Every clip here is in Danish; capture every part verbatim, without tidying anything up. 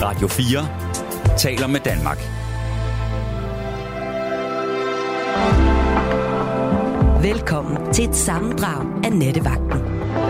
Radio fire taler med Danmark. Velkommen til et sammendrag af Nattevagten.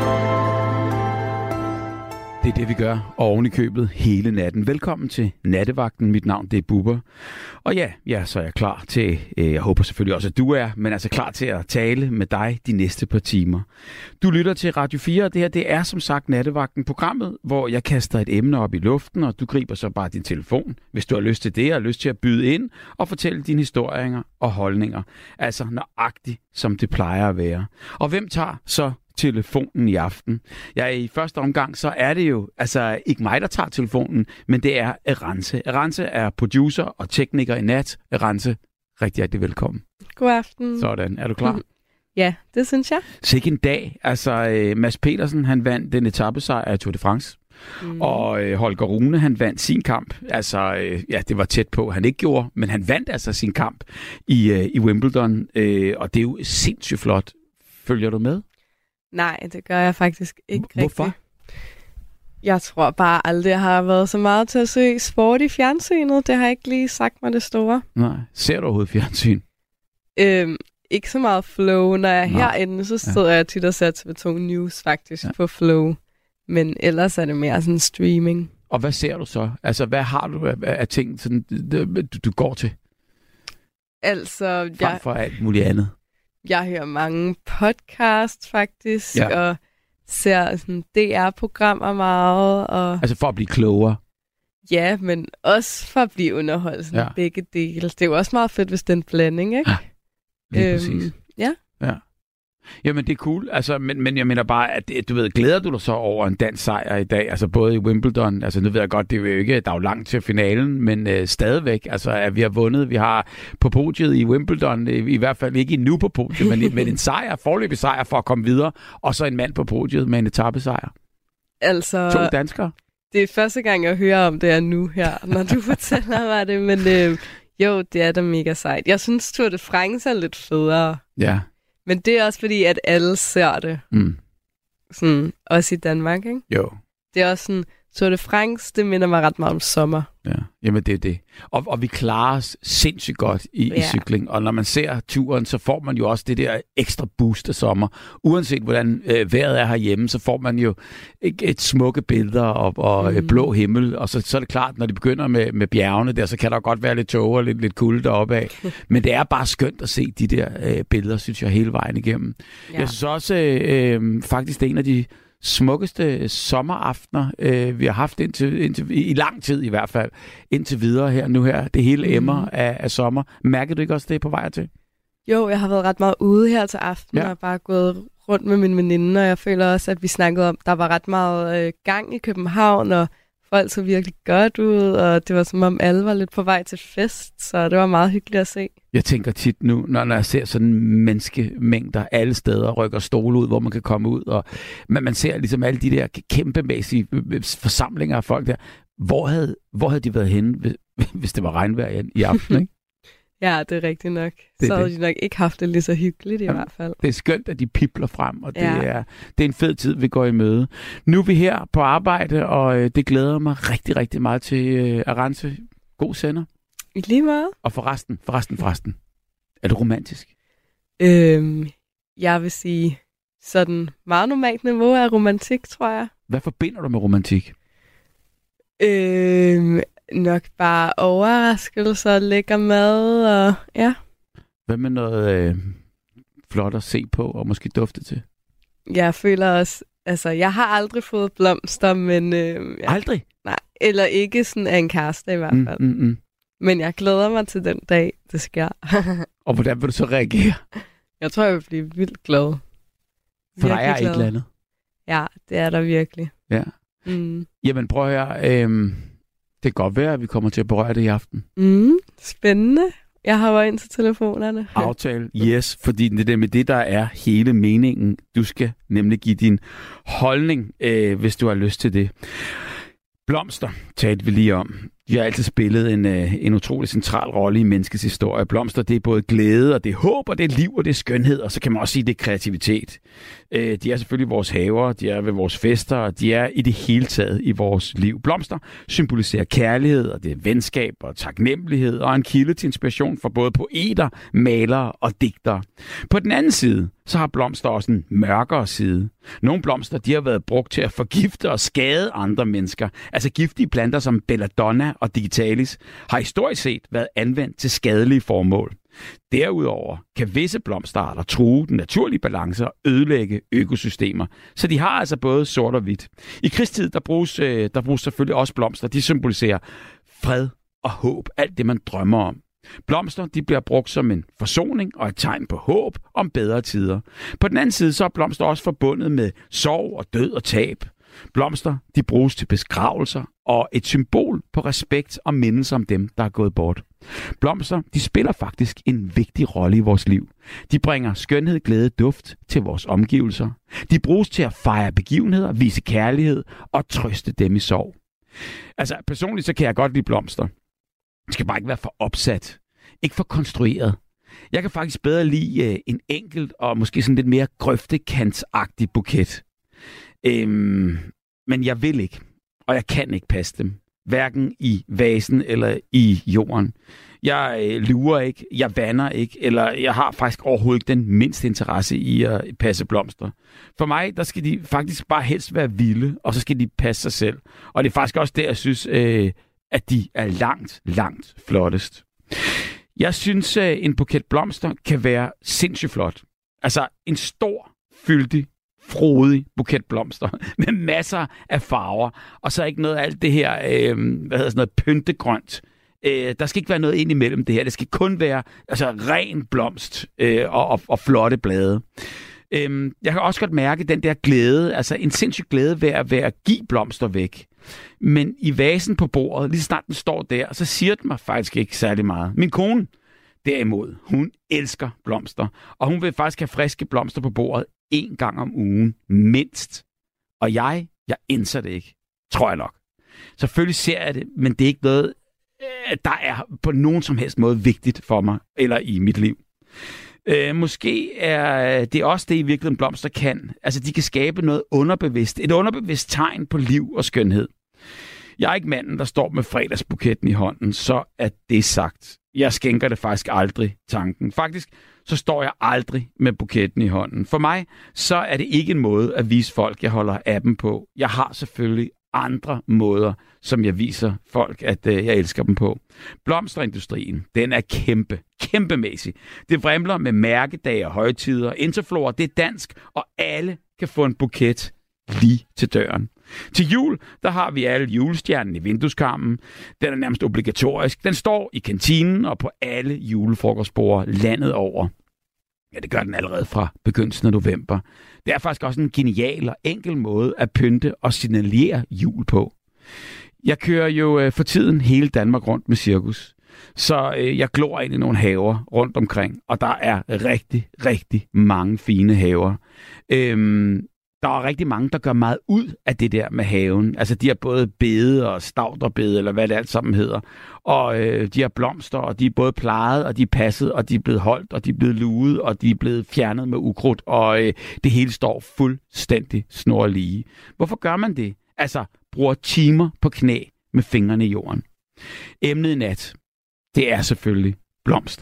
Det er det, vi gør oven i købet hele natten. Velkommen til Nattevagten. Mit navn, det er Bubber. Og ja, ja, så er jeg klar til, øh, jeg håber selvfølgelig også, at du er, men altså klar til at tale med dig de næste par timer. Du lytter til Radio fire, og det her, det er som sagt Nattevagten, programmet, hvor jeg kaster et emne op i luften, og du griber så bare din telefon, hvis du har lyst til det, og har lyst til at byde ind og fortælle dine historier og holdninger. Altså nøjagtigt, som det plejer at være. Og hvem tager så telefonen i aften? Ja, i første omgang, så er det jo altså ikke mig, der tager telefonen, men det er Arance. Arance er producer og tekniker i nat. Arance, rigtig hjertelig velkommen. God aften. Sådan, er du klar? Ja, det synes jeg. Sikke en dag. Altså, øh, Mads Petersen, han vandt den etapesejr af Tour de France. Mm. Og øh, Holger Rune, han vandt sin kamp. Altså, øh, ja, det var tæt på, han ikke gjorde, men han vandt altså sin kamp i, øh, i Wimbledon. Øh, og det er jo sindssygt flot. Følger du med? Nej, det gør jeg faktisk ikke rigtigt. Hvorfor? Jeg tror bare aldrig, jeg har været så meget til at se sport i fjernsynet. Det har ikke lige sagt mig det store. Nej. Ser du overhovedet fjernsyn? Øhm, ikke så meget Flow. Når jeg er Nej. herinde, så sidder ja. jeg tit og ser T V to News faktisk ja. på Flow. Men ellers er det mere sådan streaming. Og hvad ser du så? Altså, hvad har du af, af ting, sådan, du, du går til? Altså, Frem jeg... for alt muligt andet. Jeg hører mange podcasts faktisk, ja. og ser sådan D R-programmer meget. Og altså for at blive klogere? Ja, men også for at blive underholdt, sådan ja. begge dele. Det er jo også meget fedt, hvis det er en blanding, ikke? Ja, lige øhm, præcis. Ja. Ja. Jamen, det er cool. Altså, men, men jeg mener bare, at du ved, glæder du dig så over en dansk sejr i dag? Altså både i Wimbledon, altså nu ved jeg godt, det er jo ikke, der er jo langt til finalen, men øh, stadigvæk, altså at vi har vundet, vi har på podiet i Wimbledon, i, i hvert fald ikke endnu på podiet, men med en sejr, foreløbig sejr for at komme videre, og så en mand på podiet med en etapesejr. Altså... To danskere. Det er første gang, jeg hører om det er nu her, når du fortæller mig det, men øh, jo, det er da mega sejt. Jeg synes, Tour de France er lidt federe. Ja. Men det er også fordi, at alle ser det. Mm. Sådan, også i Danmark, ikke? Jo. Det er også sådan, Tour de France, det minder mig ret meget om sommer. Ja, jamen det er det. Og, og vi klarer os sindssygt godt i, ja. i cykling. Og når man ser turen, så får man jo også det der ekstra boost af sommer. Uanset hvordan øh, vejret er herhjemme, så får man jo et, et smukke billeder og, og mm. blå himmel. Og så, så er det klart, når de begynder med, med bjergene der, så kan der godt være lidt tåge og lidt, lidt kulde deroppe af. Men det er bare skønt at se de der øh, billeder, synes jeg, hele vejen igennem. Ja. Jeg synes også øh, øh, faktisk, det er en af de smukkeste sommeraftener, øh, vi har haft indtil, indtil, i lang tid i hvert fald, indtil videre her nu her. Det hele emmer mm. af, af sommer. Mærker du ikke også det på vej til? Jo, jeg har været ret meget ude her til aften, ja. og bare gået rundt med min veninde, og jeg føler også, at vi snakkede om, der var ret meget øh, gang i København, og folk så virkelig godt ud, og det var som om alle var lidt på vej til fest, så det var meget hyggeligt at se. Jeg tænker tit nu, når jeg ser sådan menneskemængder alle steder, rykker stole ud, hvor man kan komme ud, og man, man ser ligesom alle de der kæmpemæssige forsamlinger af folk der. Hvor havde, hvor havde de været henne, hvis det var regnvejr i aften, ikke? Ja, det er rigtigt nok. Det så havde det. de nok ikke haft det lige så hyggeligt i ja, hvert fald. Det er skønt, at de pipler frem, og det, ja. er, det er en fed tid, vi går i møde. Nu er vi her på arbejde, og øh, det glæder mig rigtig, rigtig meget til øh, Arance. God sender. I lige meget. Og forresten, forresten, forresten. Er du romantisk? Øhm, jeg vil sige, sådan meget normalt niveau af romantik, tror jeg. Hvad forbinder du med romantik? Øhm... Nok bare overraskelser, lækker mad og ja. Hvad med noget øh, flot at se på og måske dufte til? Jeg føler også, altså jeg har aldrig fået blomster, men... Øh, ja, aldrig? Nej, eller ikke sådan af en kæreste i hvert fald. Mm, mm, mm. Men jeg glæder mig til den dag, det sker. Og hvordan vil du så reagere? Jeg tror, jeg vil blive vildt glad. For der er et eller andet? Ja, det er der virkelig. Ja. Mm. Jamen prøv at høre... Øh, det kan godt være, at vi kommer til at berøre det i aften. Mm, spændende. Jeg har været ind til telefonerne. Aftale, yes, fordi det er med det, der er hele meningen. Du skal nemlig give din holdning, øh, hvis du har lyst til det. Blomster talte vi lige om. De har altid spillet en, en utrolig central rolle i menneskets historie. Blomster, det er både glæde, og det er håb, og det er liv, og det er skønhed, og så kan man også sige, det er kreativitet. De er selvfølgelig vores haver, de er ved vores fester, og de er i det hele taget i vores liv. Blomster symboliserer kærlighed, og det er venskab og taknemmelighed, og en kilde til inspiration for både poeter, malere og digtere. På den anden side, så har blomster også en mørkere side. Nogle blomster, de har været brugt til at forgifte og skade andre mennesker. Altså giftige planter som belladonna og digitalis har historisk set været anvendt til skadelige formål. Derudover kan visse blomsterarter true den naturlige balance og ødelægge økosystemer. Så de har altså både sort og hvidt. I krigstid, der bruges, der bruges selvfølgelig også blomster. De symboliserer fred og håb. Alt det, man drømmer om. Blomster, de bliver brugt som en forsoning og et tegn på håb om bedre tider. På den anden side, så er blomster også forbundet med sorg og død og tab. Blomster, de bruges til begravelser og et symbol på respekt og mindelse om dem, der er gået bort. Blomster, de spiller faktisk en vigtig rolle i vores liv. De bringer skønhed, glæde, duft til vores omgivelser. De bruges til at fejre begivenheder, vise kærlighed og trøste dem i sorg. Altså, personligt så kan jeg godt lide blomster. Det skal bare ikke være for opsat. Ikke for konstrueret. Jeg kan faktisk bedre lide øh, en enkelt og måske sådan lidt mere grøftekantsagtig buket. Øhm, men jeg vil ikke, og jeg kan ikke passe dem. Hverken i vasen eller i jorden. Jeg øh, lurer ikke, jeg vander ikke, eller jeg har faktisk overhovedet ikke den mindste interesse i at passe blomster. For mig, der skal de faktisk bare helst være vilde, og så skal de passe sig selv. Og det er faktisk også det, jeg synes... Øh, at de er langt, langt flottest. Jeg synes, at en buket blomster kan være sindssygt flot. Altså en stor, fyldig, frodig buket blomster med masser af farver, og så ikke noget af alt det her, øh, hvad hedder sådan noget, pyntegrønt. Øh, der skal ikke være noget ind imellem det her. Det skal kun være altså ren blomst øh, og, og, og flotte blade. Øhm, jeg kan også godt mærke den der glæde, altså en sindssyg glæde ved at, ved at give blomster væk. Men i vasen på bordet, lige snart den står der, så siger den mig faktisk ikke særlig meget. Min kone, derimod, hun elsker blomster, og hun vil faktisk have friske blomster på bordet en gang om ugen, mindst. Og jeg, jeg indser det ikke, tror jeg nok. Selvfølgelig ser jeg det, men det er ikke noget, der er på nogen som helst måde vigtigt for mig, eller i mit liv. Øh, måske er det også det, i virkeligheden blomster kan. Altså, de kan skabe noget underbevidst. Et underbevidst tegn på liv og skønhed. Jeg er ikke manden, der står med fredagsbuketten i hånden, så er det sagt. Jeg skænker det faktisk aldrig tanken. Faktisk, så står jeg aldrig med buketten i hånden. For mig, så er det ikke en måde at vise folk, jeg holder af dem på. Jeg har selvfølgelig andre måder, som jeg viser folk, at øh, jeg elsker dem på. Blomsterindustrien, den er kæmpe, kæmpemæssig. Det vrimler med mærkedage og højtider. Interflora, det er dansk, og alle kan få en buket lige til døren. Til jul, der har vi alle julestjernen i vindueskarmen. Den er nærmest obligatorisk. Den står i kantinen og på alle julefrokostborde landet over. Ja, det gør den allerede fra begyndelsen af november. Det er faktisk også en genial og enkel måde at pynte og signalere jul på. Jeg kører jo øh, for tiden hele Danmark rundt med cirkus. Så øh, jeg glor ind i nogle haver rundt omkring, og der er rigtig, rigtig mange fine haver. Øhm, der er rigtig mange, der gør meget ud af det der med haven. Altså, de har både bede og stauderbede, eller hvad det alt sammen hedder. Og øh, de har blomster, og de er både plejet, og de er passet, og de er blevet holdt, og de er blevet luet, og de er blevet fjernet med ukrudt, og øh, det hele står fuldstændig snorlige. Hvorfor gør man det? Altså, bruger timer på knæ med fingrene i jorden. Emnet i nat, det er selvfølgelig blomster.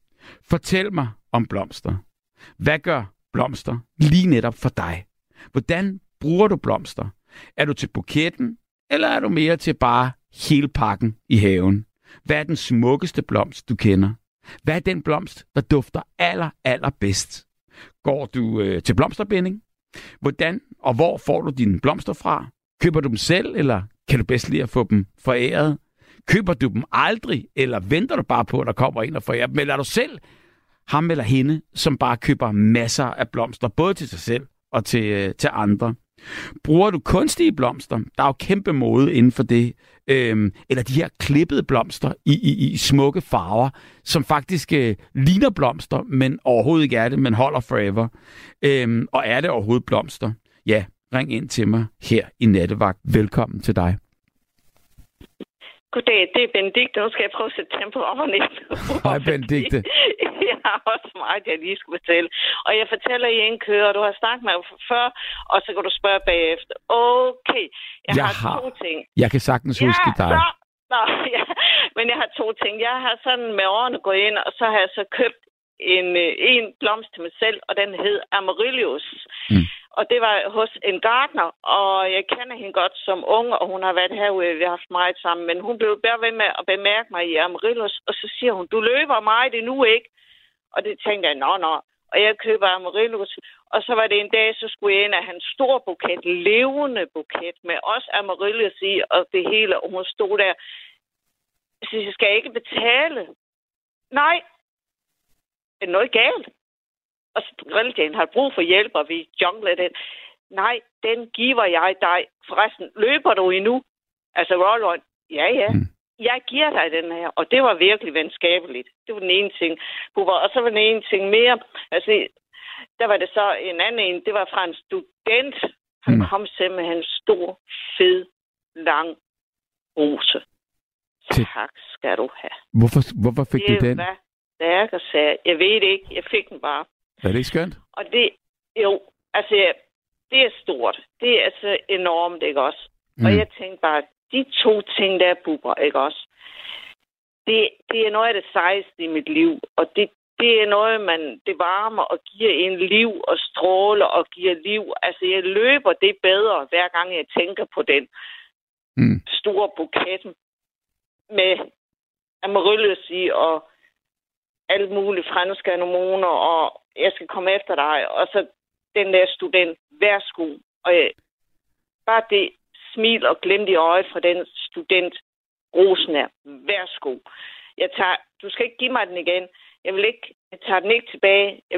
Fortæl mig om blomster. Hvad gør blomster lige netop for dig? Hvordan bruger du blomster? Er du til buketten, eller er du mere til bare hele pakken i haven? Hvad er den smukkeste blomst, du kender? Hvad er den blomst, der dufter aller, aller bedst? Går du øh, til blomsterbinding? Hvordan og hvor får du dine blomster fra? Køber du dem selv, eller kan du bedst lide at få dem foræret? Køber du dem aldrig, eller venter du bare på, at der kommer en og forærer dem? Eller er du selv ham eller hende, som bare køber masser af blomster, både til sig selv og til, til andre? Bruger du kunstige blomster? Der er jo kæmpe mode inden for det. Øhm, eller de her klippede blomster i, i, i smukke farver, som faktisk øh, ligner blomster, men overhovedet ikke er det, men holder forever. Øhm, og er det overhovedet blomster? Ja, ring ind til mig her i Nattevagt. Velkommen til dig. Goddag, det er Benedikte. Nu skal jeg prøve at sætte tempoet op og ned. Hej, Benedikte. Jeg har også meget, jeg lige skal fortælle. Og jeg fortæller i en kører, du har snakket med mig før, og så kan du spørge bagefter. Okay, jeg, jeg har, har to ting. Jeg kan sagtens ja, huske dig. Så, nå, ja. Men jeg har to ting. Jeg har sådan med årene gået ind, og så har jeg så købt en, en blomst til mig selv, og den hed Amaryllis. Mm. Og det var hos en gartner, og jeg kender hende godt som ung, og hun har været herude, vi har haft meget sammen, men hun blev bare ved med at bemærke mig i Amaryllis, og så siger hun, du løber mig det nu ikke. Og det tænkte jeg, nå, nå. Og jeg køber Amaryllis, og så var det en dag, så skulle jeg ind af hans store buket, levende buket, med også Amaryllis i, og det hele, og hun stod der. Så jeg skal ikke betale. Nej. Er noget galt? Og så Grilljen har brug for hjælp, og vi jongler den. Nej, den giver jeg dig. Forresten, løber du endnu? Altså, roll ja, ja. Mm. Jeg giver dig den her. Og det var virkelig venskabeligt. Det var den ene ting. Og så var den ene ting mere. Altså, der var det så en anden en. Det var fra en student. Han mm. kom simpelthen en stor, fed, lang rose. Til... Tak skal du have. Hvorfor, hvorfor fik det du den? Det var stærk og sagde. Jeg ved det ikke. Jeg fik den bare. Er det ikke skønt? Og det, jo, altså, det er stort. Det er altså enormt, ikke også? Mm. Og jeg tænkte bare, de to ting, der er buber, ikke også? Det, det er noget af det sejeste i mit liv. Og det, det er noget, man, det varmer og giver en liv og stråler og giver liv. Altså, jeg løber det bedre, hver gang jeg tænker på den mm. store buket med Amaryllis i og alt muligt franske anemoner, og jeg skal komme efter dig, og så den der student, værsgo. Og jeg, bare det smil og glimt i øjet fra den student, rosen er, værsgo. Jeg tager, du skal ikke give mig den igen. Jeg vil ikke, jeg tager den ikke tilbage. Jeg,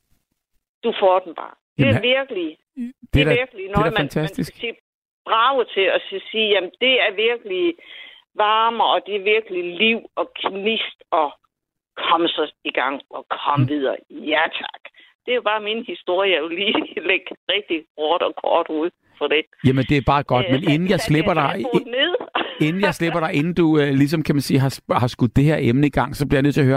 du får den bare. Det er virkelig, det er, det er virkelig noget, det er man, man skal sige bravo til, og sige, jamen det er virkelig varme, og det er virkelig liv og knist, og kom så i gang og kom mm. videre. Ja, tak. Det er jo bare min historie. Jeg vil lige lægge rigtig hårdt og kort ud for det. Jamen, det er bare godt, men inden jeg slipper dig, inden jeg slipper dig, inden du øh, ligesom, kan man sige, har, har skudt det her emne i gang, så bliver jeg nødt til at høre,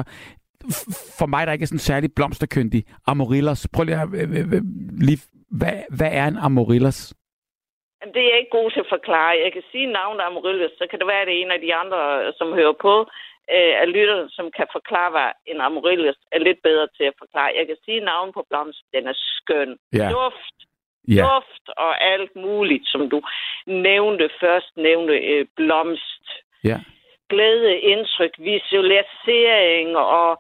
for mig, der ikke er sådan særlig blomsterkyndig, Amaryllis. Prøv lige at, øh, øh, lige, hvad, hvad er en Amaryllis? Det er jeg ikke god til at forklare. Jeg kan sige navnet Amaryllis, så kan det være, at det er en af de andre, som hører på, af lytter, som kan forklare, hvad en Amaryllis er lidt bedre til at forklare. Jeg kan sige navn på blomst. Den er skøn. Ja. Duft. Ja. Duft og alt muligt, som du nævnte først. Nævnte øh, blomst. Ja. Glæde, indtryk, visualisering og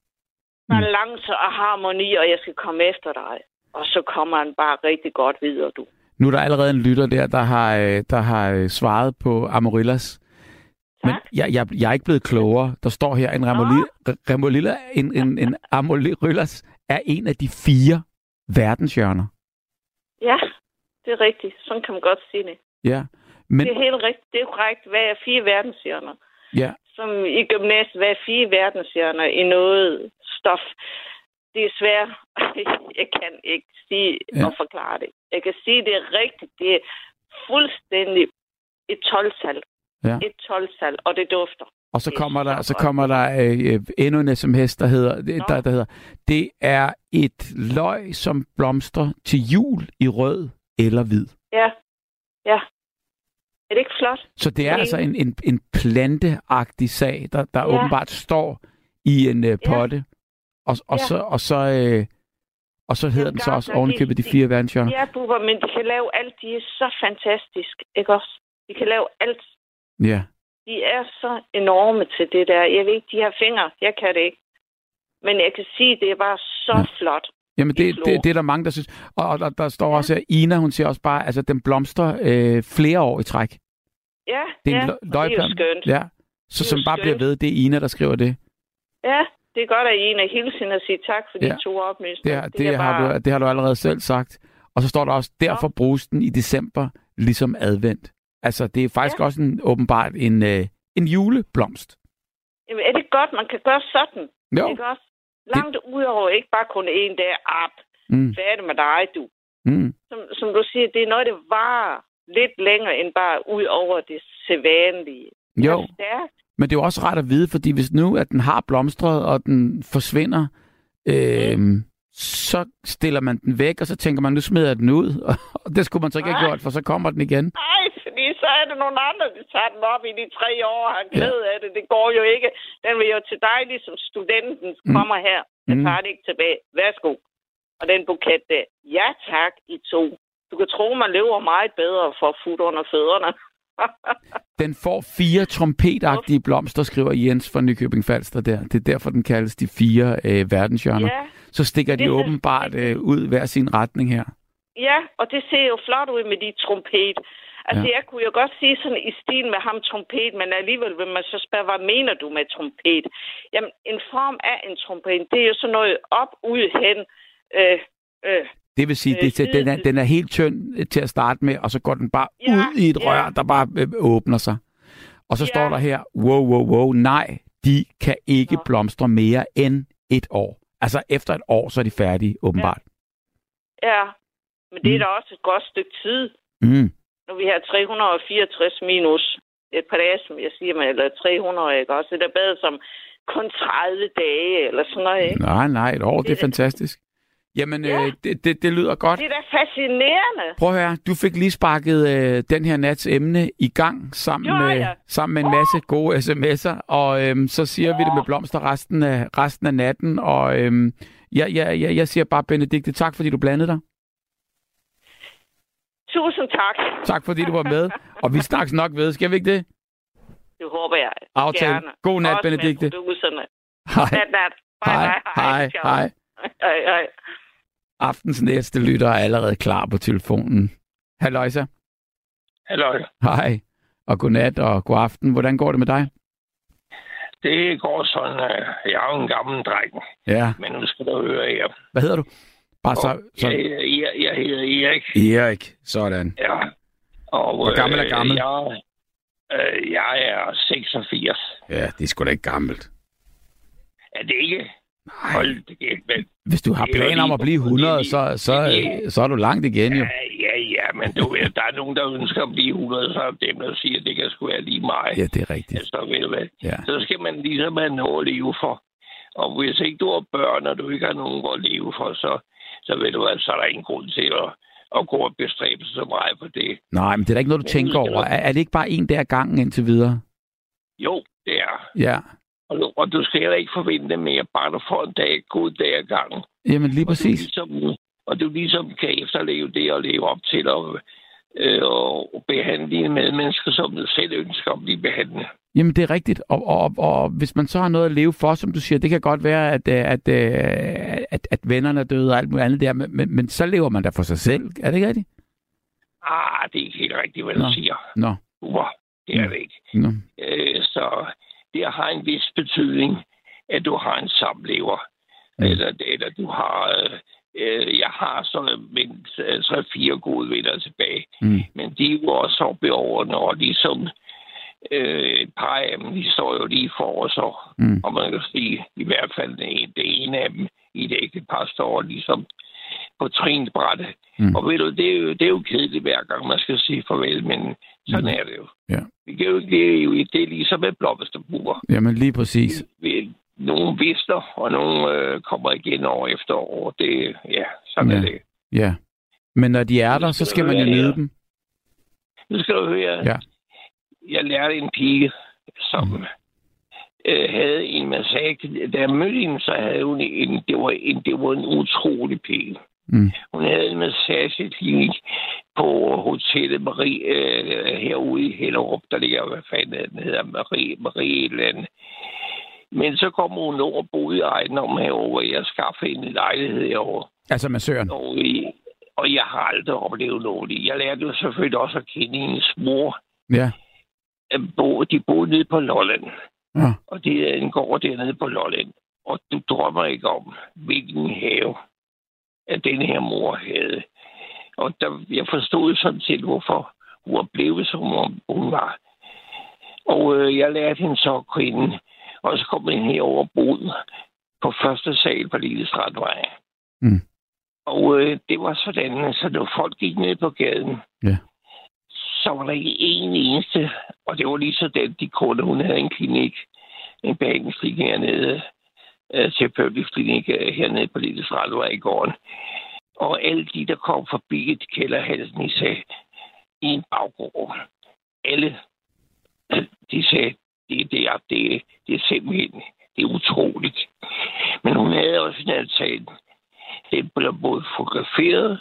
balance og harmoni, og jeg skal komme efter dig. Og så kommer han bare rigtig godt videre, du. Nu er der allerede en lytter der, der har, der har svaret på Amaryllis. Men jeg, jeg, jeg er ikke blevet klogere. Der står her, en Amaryllis, en, en, en Amaryllis er en af de fire verdenshjørner. Ja, det er rigtigt. Sådan kan man godt sige det. Ja, men... Det er helt rigtigt. Det er korrekt. Hvad er fire verdenshjørner? Ja. Som i gymnasiet, hvad er fire verdenshjørner i noget stof? Det er svært. Jeg kan ikke sige ja. og forklare det. Jeg kan sige, det er rigtigt. Det er fuldstændig et tolv-tal. Ja. Et tolv-tal, og det dufter. Og så kommer der, så kommer der øh, endnu en sms, der hedder, der, der hedder, det er et løg, som blomstrer til jul i rød eller hvid. Ja, ja. Er det ikke flot? Så det er det altså en, en, en planteagtig sag, der, der ja. åbenbart står i en øh, potte, ja. og, og, ja. så, og så... Øh, Og så hedder den så også ovenikøbet de fire verdenshjørner. Ja, Bubber, men de kan lave alt. De er så fantastisk, ikke også? De kan lave alt. Ja. De er så enorme til det der. Jeg ved ikke, de har fingre. Jeg kan det ikke. Men jeg kan sige, det er bare så ja. flot. Jamen, det, det, det er der mange, der synes. Og, og der, der står ja. også, at Ina, hun siger også bare, altså, den blomstrer øh, flere år i træk. Ja, det er, ja. En lø- det er jo skønt. Ja. Så som bare skønt. bliver ved, det er Ina, der skriver det. Ja, det er godt, at Ina hilser hende og siger tak for ja. de to oplysninger. Det, det, det, har bare... du, det har du allerede selv sagt. Og så står der også, derfor ja. bruges den i december, ligesom advent. Altså, det er faktisk ja. også en, åbenbart en, øh, en juleblomst. Jamen, er det godt, man kan gøre sådan? Jo. Ikke også? Langt det... udover, ikke bare kun en dag op. Mm. Hvad er det med dig, du? Mm. Som, som du siger, det er noget, det varer lidt længere end bare ud over det sædvanlige. Jo, Det er stærkt. men det er jo også rart at vide, fordi hvis nu, at den har blomstret, og den forsvinder, øh, mm. så stiller man den væk, og så tænker man, nu smider jeg den ud. Og det skulle man så ikke have gjort, for så kommer den igen. Nej, fordi så er det nogle andre, der tager den op i de tre år og har glæde ja. af det. Det går jo ikke. Den vil jo til dig, ligesom studenten mm. kommer her. Jeg tager det ikke tilbage. Værsgo. Og den buket der. Ja tak, I to. Du kan tro, man lever meget bedre for fod under fødderne. Den får fire trompetagtige blomster, skriver Jens fra Nykøbing Falster der. Det er derfor, den kaldes de fire øh, verdenshjørner. Ja, så stikker de åbenbart øh, ud hver sin retning her. Ja, og det ser jo flot ud med de trompet. Altså, ja. jeg kunne jo godt sige sådan i stil med ham trompet, men alligevel vil man så spørge, hvad mener du med trompet? Jamen, en form af en trompet, det er jo sådan noget op, ud, hen. Øh, øh, det vil sige, det, den, er, den er helt tynd til at starte med, og så går den bare ja, ud i et ja. rør, der bare øh, åbner sig. Og så ja. står der her, wow, wow, wow, nej, de kan ikke Nå. blomstre mere end et år. Altså, efter et år, så er de færdige, åbenbart. Ja, ja. Men det er mm. da også et godt stykke tid. Mm. Nu vi har tre hundrede og fireogtres minus et par dage, som jeg siger, men, eller tre hundrede, ikke også? Det er bedre som kun tredive dage, eller sådan noget, ikke? Nej, nej, et år, det, det er fantastisk. Jamen, ja. øh, det, det, det lyder godt. Det er da fascinerende. Prøv at høre, du fik lige sparket øh, den her nats emne i gang sammen, jo, med, ja. sammen med en masse oh. gode sms'er, og øh, så siger oh. vi det med blomster resten af, resten af natten, og øh, jeg, jeg, jeg, jeg siger bare, Benedikte, tak fordi du blandede dig. Tusind tak. Tak fordi du var med, og vi snakkes nok ved, skal vi ikke det? Det håber jeg. Aftale. Gerne. God nat, også Benedikte. Hej. Nat, nat. Bye, hej, hej, hej, hej. Hej, hej. Aftens næste lytter er allerede klar på telefonen. Halløjsa. Halløj. Hej, og godnat og god aften. Hvordan går det med dig? Det går sådan, jeg er jo en gammel dreng. Ja. Men nu skal du høre her. Hvad hedder du? Bare så, så... Jeg, jeg, jeg hedder Erik. Erik, sådan. Ja. Og, hvor gammel er gammel? Jeg, øh, jeg er seksogfirs. Ja, det er sgu da ikke gammelt. Er det ikke? Nej. Hold det ikke, men hvis du har planer om at blive hundrede, så, så, så er du langt igen, jo. Ja, ja, ja, men du ved, der er nogen, der ønsker at blive hundrede, så er dem, der siger, at det kan sgu være lige mig. Ja, det er rigtigt. Så, ved du hvad, ja. så skal man ligesom have noget at leve for. Og hvis ikke du har børn, og du ikke har nogen at leve for, så, så ved du hvad, så er der ingen grund til at, at gå og bestræbe sig så meget på det. Nej, men det er da ikke noget, du men, tænker over. Er, er det ikke bare en der gangen indtil videre? Jo, det er. Ja. Og, og du skal heller ikke forvente mere, bare du får en dag, god dag ad gangen. Jamen lige præcis. Og du ligesom, og du ligesom kan efterleve det og leve op til at øh, og behandle dine medmennesker, som du selv ønsker at blive behandlet. Jamen det er rigtigt. Og, og, og hvis man så har noget at leve for, som du siger, det kan godt være, at, at, at, at, at vennerne er døde og alt muligt andet der, men, men, men så lever man da for sig selv. Er det ikke rigtigt? Ah, det er ikke helt rigtigt, hvad Nå. du siger. Nå. Wow, det er det ikke. Nå. Øh, så det har en vis betydning, at du har en samlever. Mm. Eller, eller du har... Øh, jeg har så mindst tre fire gode venner tilbage. Mm. Men de er jo også oppe i årene, og ligesom øh, et par af dem, de står jo lige for os. Og, mm. og man kan sige, i hvert fald det, det ene af dem i det ægte par står ligesom på trinbrættet. Mm. Og ved du, det er, jo, det er jo kedeligt hver gang, man skal sige farvel, men sådan mm. er det jo. Ja. Vi kan jo ikke leve i det, ligesom med blomsterbuer. Jamen lige præcis. Vi, nogle vister, og nogle øh, kommer igen år efter år. Det, ja, sådan ja. er det. Ja. Men når de er der, så skal man jo nyde dem. Nu skal du høre. Ja. Jeg lærte en pige, som mm. øh, havde en massage. Da jeg mødte hende, så havde hun en, det var en, det var en utrolig pige. Mm. Hun havde en massageklinik på Hotellet Marie, øh, herude i Hellerup, der ligger, hvad fanden den hedder, Marie, Marie et eller andet. Men så kom hun over og boede i ejendommen herovre, og jeg skaffede en lejlighed herovre. Altså massøren? Og, og jeg har aldrig oplevet noget. Jeg lærte jo selvfølgelig også at kende hendes mor. Ja. De boede nede på Lolland. Ja. Og det er en gård dernede på Lolland. Og du drømmer ikke om, hvilken have, at den her mor havde. Og der, jeg forstod sådan set, hvorfor hun var blevet, som hun var. Og øh, jeg lærte hende så at kende. Og så kom den her over boet på første sal på Lille Strandvej. Mm. Og øh, det var sådan, så når folk gik ned på gaden, ja. så var der ikke en eneste Og det var lige sådan, de kunder, hun havde en klinik, en behandlingsklinik hernede, øh, terapeutisk klinik hernede på Lille Strandvej i gården. Og alle de, der kom forbi et kælderhalsen, de sagde, i en baggård. Alle, de sagde, det, det, er, det, det er simpelthen, det er utroligt. Men hun havde også en altan. Den blev både fotograferet,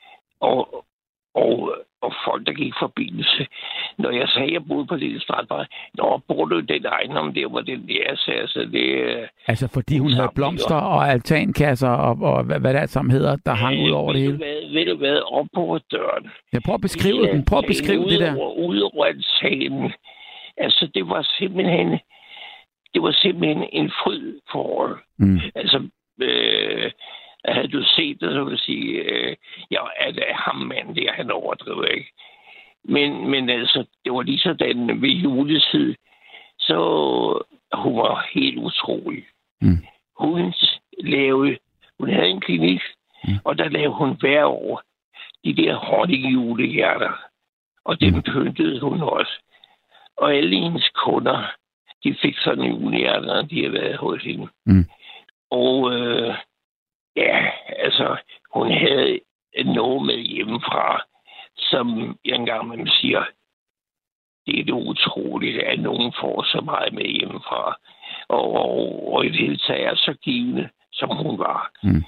og, og, og folk, der gik forbi. Når jeg sagde, at jeg boede på Lille Strandvej, nå, bor du i den ejendom der, hvor den der sagde, altså det... Altså fordi hun havde blomster og altankasser og, og hvad, hvad det alt sammen hedder, der hang ud over det hele? Hvad, ved du hvad, op på døren. Jeg prøver at beskrive den. Prøv at beskrive det der. Ude over altanen. Altså, det var simpelthen... Det var simpelthen en fryd forhold. Mm. Altså, øh, havde du set det, så vil jeg sige, øh, ja, at ham mand der, han overdriver ikke. Men, men altså, det var lige sådan ved juletid, så hun var helt utrolig. Mm. Hun lavede, hun havde en klinik, mm. og der lavede hun hver år de der hurtige julehjerter. Og dem mm. pyntede hun også. Og alle hendes kunder, de fik sådan en julehjerte, når de havde været hos hende. Mm. Og øh, ja, altså, hun havde noget med hjemmefra, som jeg engang man siger, det er det utroligt, at nogen får så meget med hjemmefra. Og, og, og i det hele taget er så givende, som hun var. Mm.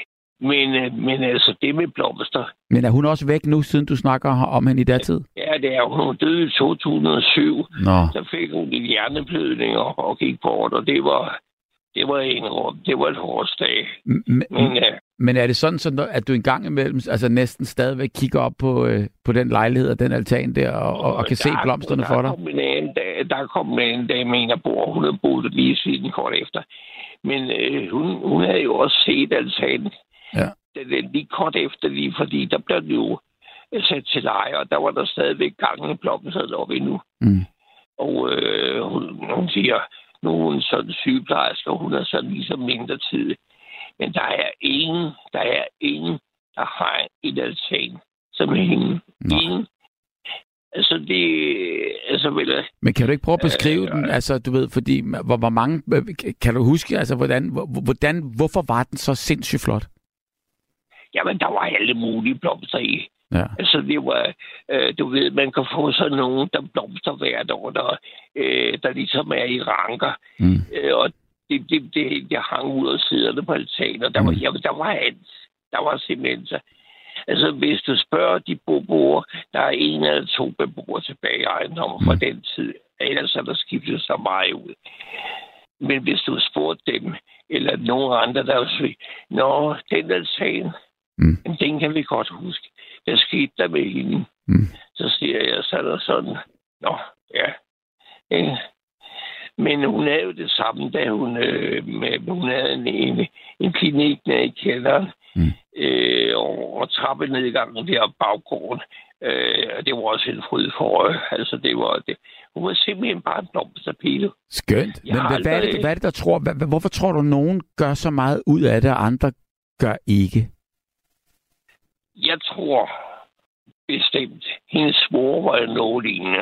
Men, men altså, det med blomster... Men er hun også væk nu, siden du snakker om hende i datid? Ja, det er hun. Hun døde i to tusind og syv. Nå. Så fik hun en hjerneblødning og, og gik bort, og det var... Det var en det var et hårdt dag. Men, men, ja. men er det sådan, så, at du en gang imellem altså næsten stadigvæk kigger op på, øh, på den lejlighed og den altan der, og, og, og kan der, se blomsterne der for dig? Kom en dag, der kom en dag med en, der bor. Hun havde boet lige siden kort efter. Men øh, hun, hun havde jo også set altanen. Ja. Den, lige kort efter lige, fordi der blev den jo sat til leje, og der var der stadigvæk gang i blomster deroppe endnu. Mm. Og øh, hun, hun siger... Nu er hun sådan sygeplejerske, og hun er sådan ligesom mindre tid. Men der er ingen, der er ingen, der har en altan som hende. Ingen. Altså det... Altså, vel, Men kan du ikke prøve at beskrive øh, den? Altså, du ved, fordi... Hvor, hvor mange... Kan du huske, altså, hvordan, hvordan... Hvorfor var den så sindssygt flot? Jamen, der var alle mulige blomster i. Ja. Altså, det var, øh, du ved, man kan få sådan nogen, der blomster hvert år, der, øh, der ligesom er i ranker. Mm. Øh, og det, det, det, det hang ud af siderne på altanen, og der, mm. var, ja, der var alt. Der var simpelthen så... Altså, hvis du spørger de beboere, der er en eller to beboere tilbage i ejendommen fra mm. den tid, ellers er der skiftet så meget ud. Men hvis du spurgte dem, eller nogen andre, der vil sige, nå, den altan, mm. den kan vi godt huske. Hvad skete der med hende? Mm. Så siger jeg, så er der sådan, nå, ja. ja. Men hun havde jo det samme, da hun, øh, med, hun havde en, en, en klinik nede i kælderen, mm. øh, og, og trappenedgangen der baggården. Øh, det var også en fryd for øje. Altså, det var det. Hun var simpelthen bare en blomsterpige. Skønt. Men hvad, aldrig... hvad, er det, hvad er det, der tror? Hvad, hvorfor tror du, nogen gør så meget ud af det, og andre gør ikke? Jeg tror bestemt, hendes mor var noget lignende.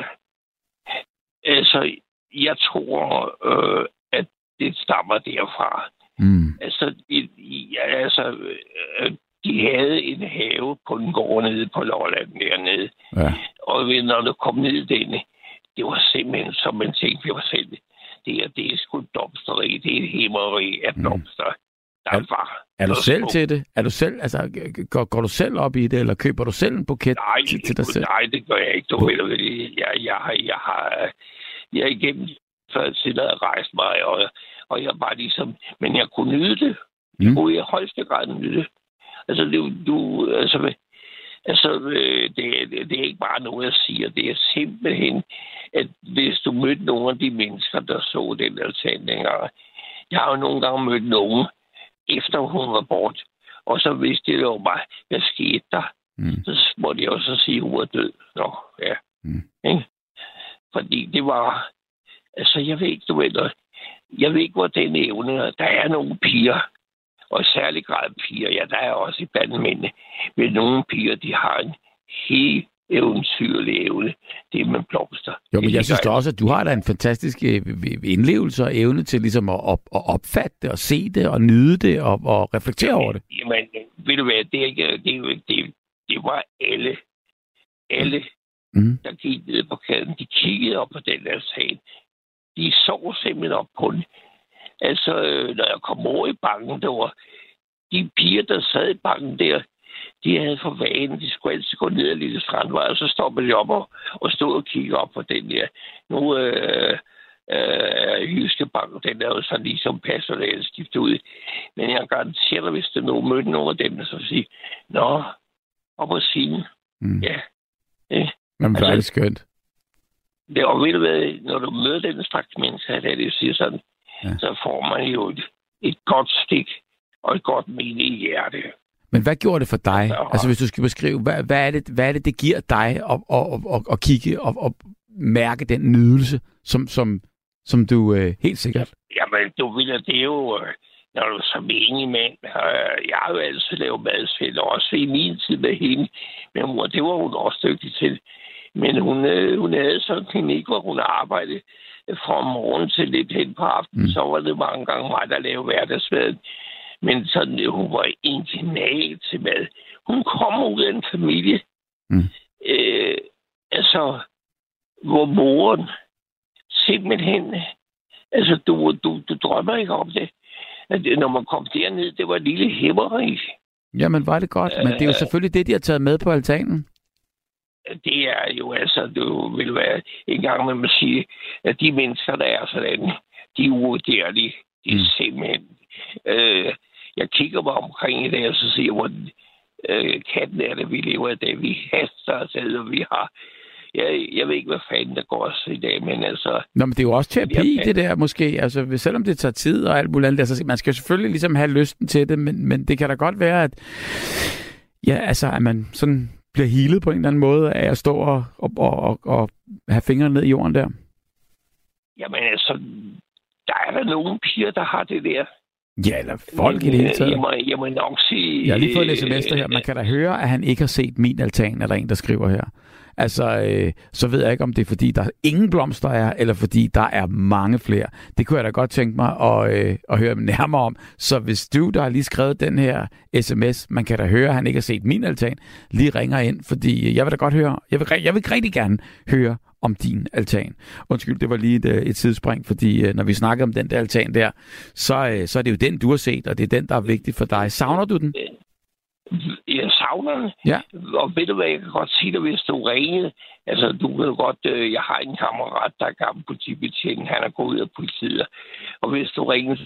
Altså, jeg tror, øh, at det stammer derfra. Mm. Altså, i, i, altså øh, de havde en have på den gård nede på Lolland dernede. Ja. Og når du kom ned denne, det var simpelthen, som man tænkte ved sig selv, det er, det er sgu et blomsteri, det er et himmeri af blomster. Mm. Er, er du selv til det? Er du selv, altså, går, går du selv op i det, eller køber du selv en buket nej, til, til dig selv? Nej, det gør jeg ikke. Du ved, jeg, jeg, har, jeg har, jeg har igennem før til at rejse mig, og, og jeg bare ligesom, men jeg kunne nyde det. Jeg mm. kunne i højeste grad nyde det. Altså, det, du, altså, altså det, det, det er ikke bare noget, jeg siger. Det er simpelthen, at hvis du mødte nogle af de mennesker, der så den altan dengang, jeg har jo nogle gange mødt nogen, efter hun var bort, og så vidste det jo mig, hvad skete der? Mm. Så måtte jeg også sige, at hun var død. Nå, ja. Mm. Ikke? Fordi det var... Altså, jeg ved ikke, du ved, jeg ved ikke, hvor den evne... Der er nogle piger, og i særlig grad piger, ja, der er også i blandt mændene, men nogle piger, de har en helt eventyrlig evne, det med blomster. Jo, men det jeg synes da ligger- også, at du har da en fantastisk øh, indlevelse og evne til ligesom at, op, at opfatte det og se det og nyde det og, og reflektere over det. Jamen, ved du hvad, det, er ikke, det, er jo ikke- det, det var alle, alle, Mm. der gik ned på gaden, de kiggede op på den der sag. De så simpelthen op på den. Altså, øh, når jeg kom over i banken, der var de piger, der sad i banken der, de havde for vane, de skulle altid gå ned ad lille strandvej, og så stoppede de op og, og stod og kiggede op på den der. Nu øh, øh, Jyske Bank, den er jo så ligesom personalet skiftet ud. Men jeg garanterer dig, hvis der nu mødte nogle af dem, så vil sige, nå, op på siden. Mm. Ja. ja. Jamen, det er Altså- det skønt. Det er jo ved du hvad, når du møder den slags mennesker, der det siger sådan, Ja. ja. så får man jo et, et godt stik og et godt mene i hjertet. Men hvad gjorde det for dig? Ja. Altså, hvis du skal beskrive, hvad, hvad, er, det, hvad er det, det giver dig at, at, at, at kigge og at mærke den nydelse, som, som, som du øh, helt sikkert... Jamen, du ved, at det er jo, øh, når du er som enig mand, øh, jeg har jo altid lavet mad selv, også i min tid med hende. Men mor, det var hun også dygtig til. Men hun, øh, hun havde sådan en klinik, hvor hun arbejdede fra morgen til lidt hen på aftenen. Mm. Så var det mange gange mig, der lavede hverdagsmaden. Men sådan, øh, hun var en kanal til mad. Hun kom ud af en familie, Mm. øh, altså, hvor moren simpelthen, altså, du, du, du drømmer ikke om det. At, når man kom derned, det var et lille hæmmerig. Jamen, var det godt. Men det er jo selvfølgelig det, de har taget med på altanen. Det er jo altså, du vil være en gang med at sige, at de mennesker, der er sådan, de er uvurderlige. De er Mm. mm. simpelthen... Øh, jeg kigger mig omkring i dag, og så siger jeg, hvor øh, katten er det, vi lever i dag. Vi haster os, og vi har... Jeg, jeg ved ikke, hvad fanden der går os i dag, men altså... Nå, men det er jo også terapi, Jamen, det der måske. Altså, selvom det tager tid og alt muligt andet. Altså, man skal jo selvfølgelig ligesom have lysten til det, men, men det kan da godt være, at... Ja, altså, at man sådan bliver healet på en eller anden måde af at stå og, og, og, og have fingrene ned i jorden der. Jamen altså, der er der nogle piger, der har det der. Ja, eller folk i det hele taget. Jeg må, jeg må nok sige... Jeg har lige fået en sms der her. Man kan da høre, at han ikke har set min altan, er der en, der skriver her. Altså, øh, så ved jeg ikke, om det er, fordi der ingen blomster er, eller fordi der er mange flere. Det kunne jeg da godt tænke mig at, øh, at høre nærmere om. Så hvis du, der har lige skrevet den her sms, man kan da høre, at han ikke har set min altan, lige ringer ind, fordi jeg vil da godt høre, jeg vil, jeg vil rigtig gerne høre om din altan. Undskyld, det var lige et, et sidespring, fordi når vi snakker om den der altan der, så, så er det jo den, du har set, og det er den, der er vigtig for dig. Savner du den? Jeg savner den. Ja. Og ved du hvad, jeg kan godt sige dig, hvis du ringede. Altså, du ved godt, øh, jeg har en kammerat, der er gammel politibetjent. Han er gået ud af politiet. Og hvis du ringede...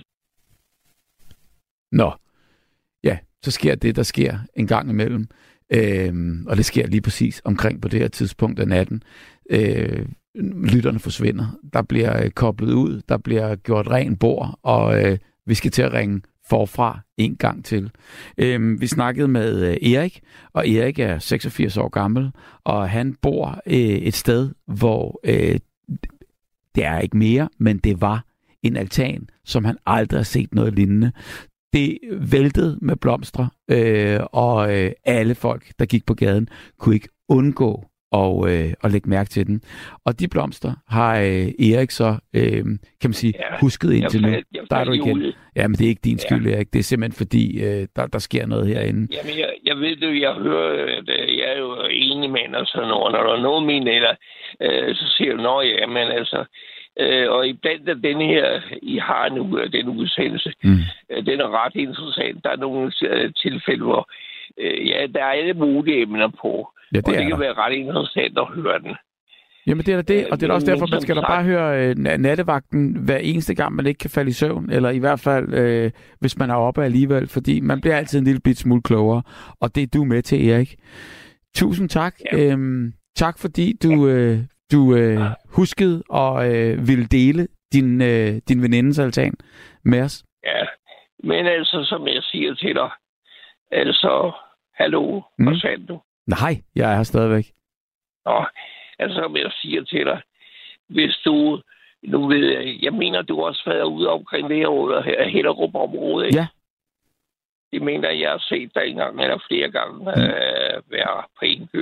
Nå. Ja, så sker det, der sker en gang imellem. Øhm, og det sker lige præcis omkring på det her tidspunkt af natten. Øh, lytterne forsvinder. Der bliver øh, koblet ud. Der bliver gjort ren bord. Og øh, vi skal til at ringe forfra en gang til. Øhm, vi snakkede med øh, Erik, og Erik er seksogfirs år gammel, og han bor øh, et sted, hvor øh, det er ikke mere, men det var en altan, som han aldrig har set noget lignende. Det væltede med blomster, øh, og øh, alle folk, der gik på gaden, kunne ikke undgå og, øh, og lægge mærke til den. Og de blomster har øh, Erik så, øh, kan man sige, ja, husket indtil nu. Der er du igen. Ja, men det er ikke din skyld, ja. Erik. Det er simpelthen fordi, øh, der, der sker noget herinde. Jamen, jeg, jeg ved det, jeg hører, at jeg er jo enig med og sådan noget. Når der er noget mine eller øh, så siger du, nå ja, men altså... Øh, og iblandt af den her, I har nu, den udsendelse, mm. øh, den er ret interessant. Der er nogle øh, tilfælde, hvor øh, ja, der er alle mulige emner på. Ja, det og det kan der. være ret interessant at høre den. Jamen det er da det, og det er da også derfor, man skal da bare høre øh, nattevagten hver eneste gang, man ikke kan falde i søvn, eller i hvert fald, øh, hvis man er oppe alligevel, fordi man bliver altid en lille bit smule klogere, og det er du med til, Erik. Tusind tak. Ja. Øhm, tak fordi du... Øh, Du øh, huskede og øh, ville dele din, øh, din venindes altan med os. Ja, men altså, som jeg siger til dig, altså, hallo, mm. hvad sagde du? Nej, jeg er her stadigvæk. Nå, altså, som jeg siger til dig, hvis du, nu ved jeg, jeg mener, du også været ude omkring det her, her Hellerup-område, ikke? Ja. Det mener jeg har set dig en gang eller flere gange mm. øh, være på indkøb.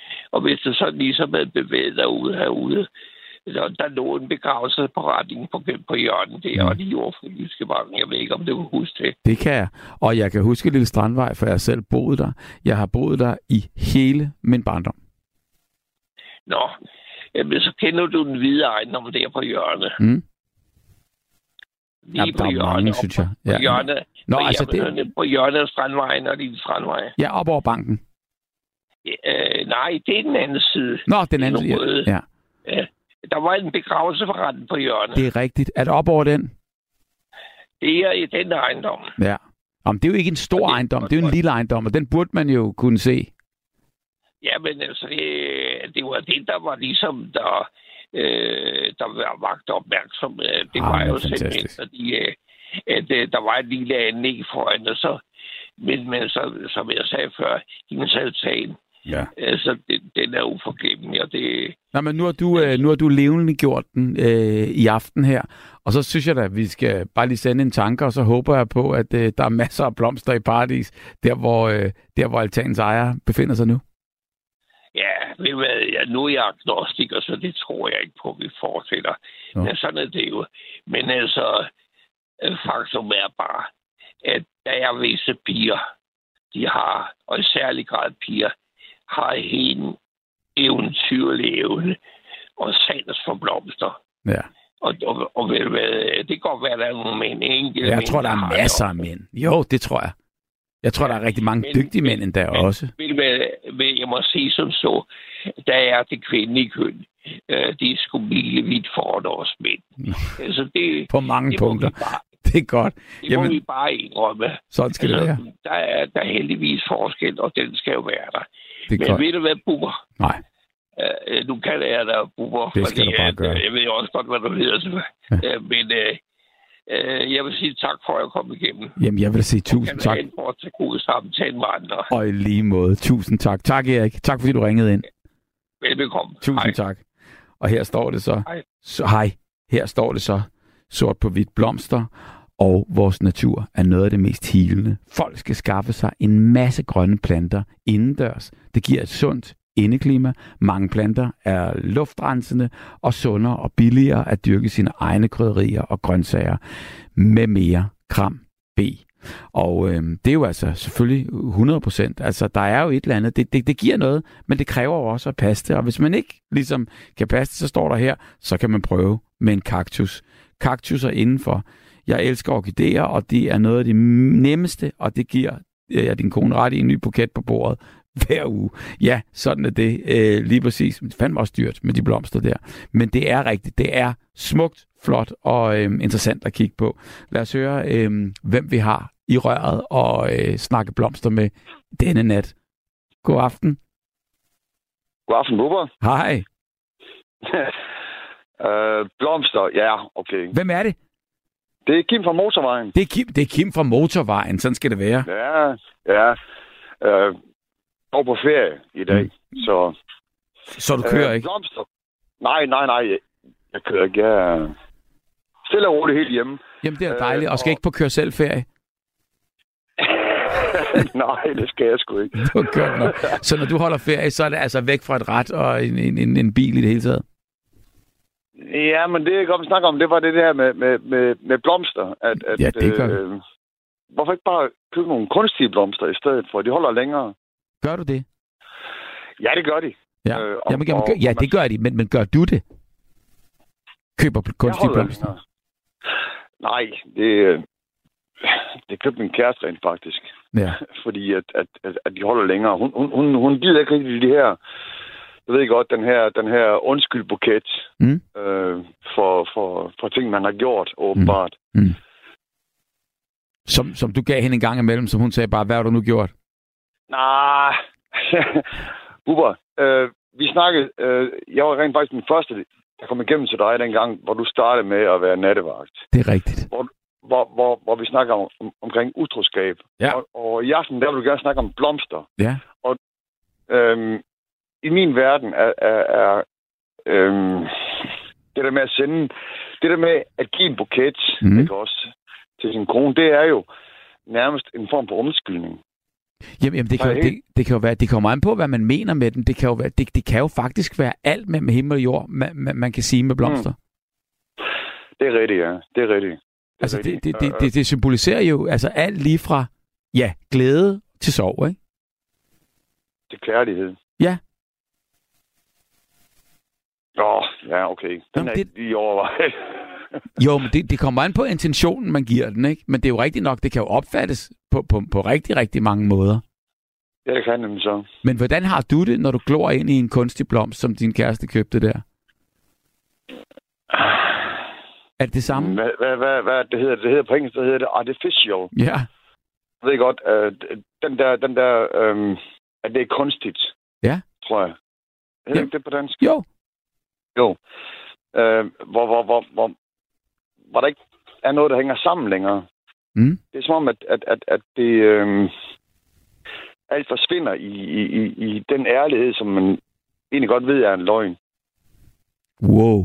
Og hvis du så ligesom havde bevæget dig ud herude, så der lå en begravelsesberetning på, på hjørnet der, mm. og de gjorde for Jyske Bank. Jeg ved ikke, om du kan huske det. Det kan jeg. Og jeg kan huske Lille Strandvej, for jeg har selv boet der. Jeg har boet der i hele min barndom. Nå, jamen, så kender du den hvide ejendom der på hjørnet. Mm. Lige ja, på der er hjørnet, mange, synes jeg. Ja. På hjørnet, Nå, på, altså hjørnet, det... på hjørnet af Strandvejen og Lille Strandvej. Ja, op over banken. Øh, nej, det er den anden side. Nå, den anden side, ja. ja. Der var en begravelsesforretning på hjørnet. Det er rigtigt. Er det op over den? Det er i den ejendom. Ja. Jamen, det er jo ikke en stor det, ejendom, det er jo en lille ejendom, og den burde man jo kunne se. Ja, men altså, det, det var det, der var ligesom, der, øh, der var vagt opmærksomhed. Det ah, var jo simpelthen, fordi øh, at, øh, der var et lille anlæg foran, og så, men, men så, som jeg sagde før, hendes altan, ja. altså, det, den er uforglemmelig, og det... Nå, men nu har du, øh, nu har du levende gjort den øh, i aften her, og så synes jeg da, at vi skal bare lige sende en tanke, og så håber jeg på, at øh, der er masser af blomster i paradis, der hvor, øh, der, hvor altanens ejer befinder sig nu. Ja, ved hvad, ja, nu er jeg agnostiker, så det tror jeg ikke på, at vi fortsætter. Ja. Men sådan er det jo. Men altså, faktum er bare, at der er visse piger, de har, og i særlig grad piger, har en eventyrlig evne og sans for blomster. Ja. Og, og, og ved hvad, det kan godt være, at der er nogle mænd. Enkelte jeg mænd, tror, der er masser af mænd. Jo, det tror jeg. Jeg tror, der er rigtig mange men, dygtige mænd endda men, også. Men, men, jeg må sige som så, der er det kvindelige køn. De er sgu milevidt foran os mænd. Altså, det, på mange det punkter. Bare, det er godt. Det Jamen, må vi bare indrømme. Sådan skal altså, det være. Der er, der er heldigvis forskel, og den skal jo være der. Det men godt. Ved du hvad, Bubber? Nej. Uh, nu kan jeg dig, Bubber. Det skal fordi, du bare gøre. Jeg ved også godt, hvad du hedder. Ja. Uh, men... Uh, Uh, jeg vil sige tak for, at jeg kom igennem. Jamen, jeg vil sige tusind tak. Jeg kan have en god samtale med andre. Og i lige måde. Tusind tak. Tak, Erik. Tak, fordi du ringede ind. Velbekomme. Tusind hej. tak. Og her står det så... Hej. så... Hej. Her står det så sort på hvidt blomster, og vores natur er noget af det mest healende. Folk skal skaffe sig en masse grønne planter indendørs. Det giver et sundt indeklima. Mange planter er luftrensende og sundere og billigere at dyrke sine egne krydderier og grøntsager med mere kram B. Og øh, det er jo altså selvfølgelig hundrede procent. Altså, der er jo et eller andet. Det, det, det giver noget, men det kræver jo også at passe det. Og hvis man ikke ligesom kan passe det, så står der her, så kan man prøve med en kaktus. Kaktus er indenfor. Jeg elsker orkideer, og det er noget af det nemmeste, og det giver ja, din kone ret i en ny buket på bordet hver uge. Ja, sådan er det. Øh, lige præcis. Det fandme også dyrt med de blomster der. Men det er rigtigt. Det er smukt, flot og øh, interessant at kigge på. Lad os høre, øh, hvem vi har i røret og øh, snakke blomster med denne nat. God aften. God aften, Bubber. Hej. øh, blomster, ja, okay. Hvem er det? Det er Kim fra Motorvejen. Det er Kim, det er Kim fra Motorvejen. Sådan skal det være. Ja, ja. Øh, og på ferie i dag, mm. så... Så du kører øh, ikke? Blomster. Nej, nej, nej. Jeg, jeg kører ikke. Jeg er stille og roligt helt hjemme. Jamen, det er dejligt. Øh, og skal og... ikke på køre selv ferie? Nej, det skal jeg sgu ikke. Det var godt nok. Så når du holder ferie, så er det altså væk fra et ret og en, en, en bil i det hele taget? Ja, men det jeg godt vil snakke om, det var det der med, med, med, med blomster. At, at, ja, det gør øh, øh, hvorfor ikke bare købe nogle kunstige blomster i stedet for? De holder længere. Gør du det? Ja, det gør de. Ja, øh, og, jamen, og, gør, ja det gør de, men, men gør du det? Køber kunstige blomster? Længere. Nej, det, det købte min kæreste rent faktisk. Ja. Fordi at, at, at, at de holder længere. Hun, hun, hun, hun gider ikke rigtig de her, jeg ved godt, den her, den her undskyldbuket mm. øh, for, for, for ting, man har gjort, åbenbart. Mm. Mm. Som, som du gav hende en gang imellem, som hun sagde bare, hvad har du nu gjort? Nej, Bubber, øh, vi snakkede, øh, jeg var rent faktisk den første, der kom igennem til dig dengang, hvor du startede med at være nattevagt. Det er rigtigt. Hvor, hvor, hvor, hvor vi snakker om, om, omkring utroskab. Ja. Og, og i aften, der vil du gerne snakke om blomster. Ja. Og øhm, i min verden er, er, er øhm, det der med at sende, det der med at give en buket, mm. ikke også, til sin kone, det er jo nærmest en form for undskyldning. Jamen, jamen det, kan jo, det, det kan jo være, det kommer an på, hvad man mener med den. Det kan jo, være, det, det kan jo faktisk være alt med, med himmel og jord, man, man, man kan sige med blomster. Mm. Det er rigtigt, ja. Det er rigtigt. Det er altså, rigtigt. Det, det, det, det, det symboliserer jo altså alt lige fra, ja, glæde til sorg, ikke? Til kærlighed. Ja. Åh, ja, okay. Den Jamen, er det... ikke lige overvejet. Jo, men det, det kommer an på intentionen, man giver den, ikke? Men det er jo rigtigt nok, det kan jo opfattes på, på, på rigtig, rigtig mange måder. Ja, det kan nemlig så. Men hvordan har du det, når du glor ind i en kunstig blomst, som din kæreste købte der? Er det det samme? Hvad, hvad, hvad, hvad det hedder? Det hedder på engelsk, det hedder det artificial. Ja. Jeg ved godt, uh, den der, den der, um, at det er kunstigt. Ja. Tror jeg. Hedder ja. ikke det på dansk? Jo. Jo. Uh, hvor, hvor, hvor, hvor, hvor der ikke er noget, der hænger sammen længere. Mm. Det er som om, at, at, at, at det um, alt forsvinder i, i, i den ærlighed, som man egentlig godt ved er en løgn. Wow.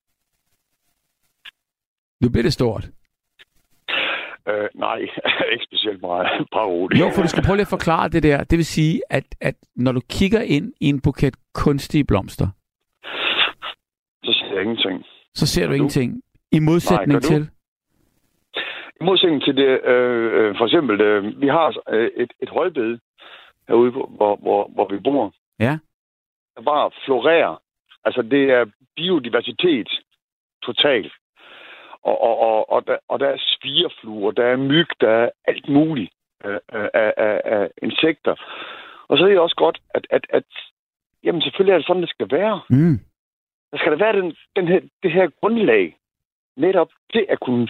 Nu bliver det stort. Øh, nej, ikke specielt meget. Bare roligt. Jo, for du skal prøve lige at forklare det der. Det vil sige, at, at når du kigger ind i en buket kunstige blomster, så ser jeg ingenting. Så ser du, du ingenting. I modsætning nej, til? I modsætning til det, øh, for eksempel, øh, vi har øh, et, et højbed herude, hvor, hvor, hvor vi bor. Ja. Der bare florerer. Altså, det er biodiversitet totalt. Og, og, og, og, der, og der er spirefluer, der er myg, der er alt muligt øh, af, af, af insekter. Og så er det også godt, at, at, at jamen selvfølgelig er det sådan, det skal være. Mm. Der skal der være den, den her, det her grundlag, netop det at kunne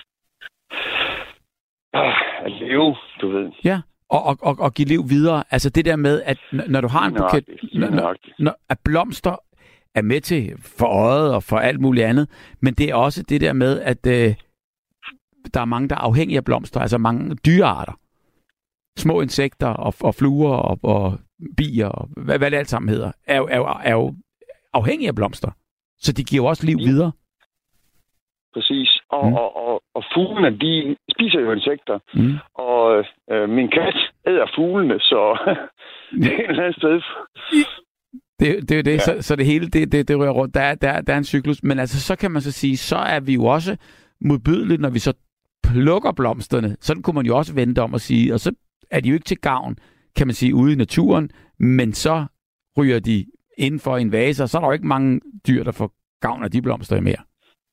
øh, at leve, du ved. Ja, og, og, og, og give liv videre. Altså det der med, at når du har en buket, når, når, at blomster er med til for øjet og for alt muligt andet, men det er også det der med, at øh, der er mange, der er afhængige af blomster, altså mange dyrearter. Små insekter og, og fluer og, og bier, og hvad, hvad det alt sammen hedder, er jo, er, jo, er jo afhængige af blomster. Så de giver jo også liv videre. Præcis. Og, mm. og, og, og fuglene, de spiser jo insekter. Mm. Og øh, min kat æder fuglene, så det er et eller andet sted. Det, det er det, ja. så, så det hele, det, det, det rører rundt. Der er, der, der er en cyklus. Men altså, så kan man så sige, så er vi jo også modbydelige, når vi så plukker blomsterne. Sådan kunne man jo også vente om at sige, og så er de jo ikke til gavn, kan man sige, ude i naturen, men så ryger de inden for en vase, og så er der jo ikke mange dyr, der får gavn af de blomster mere.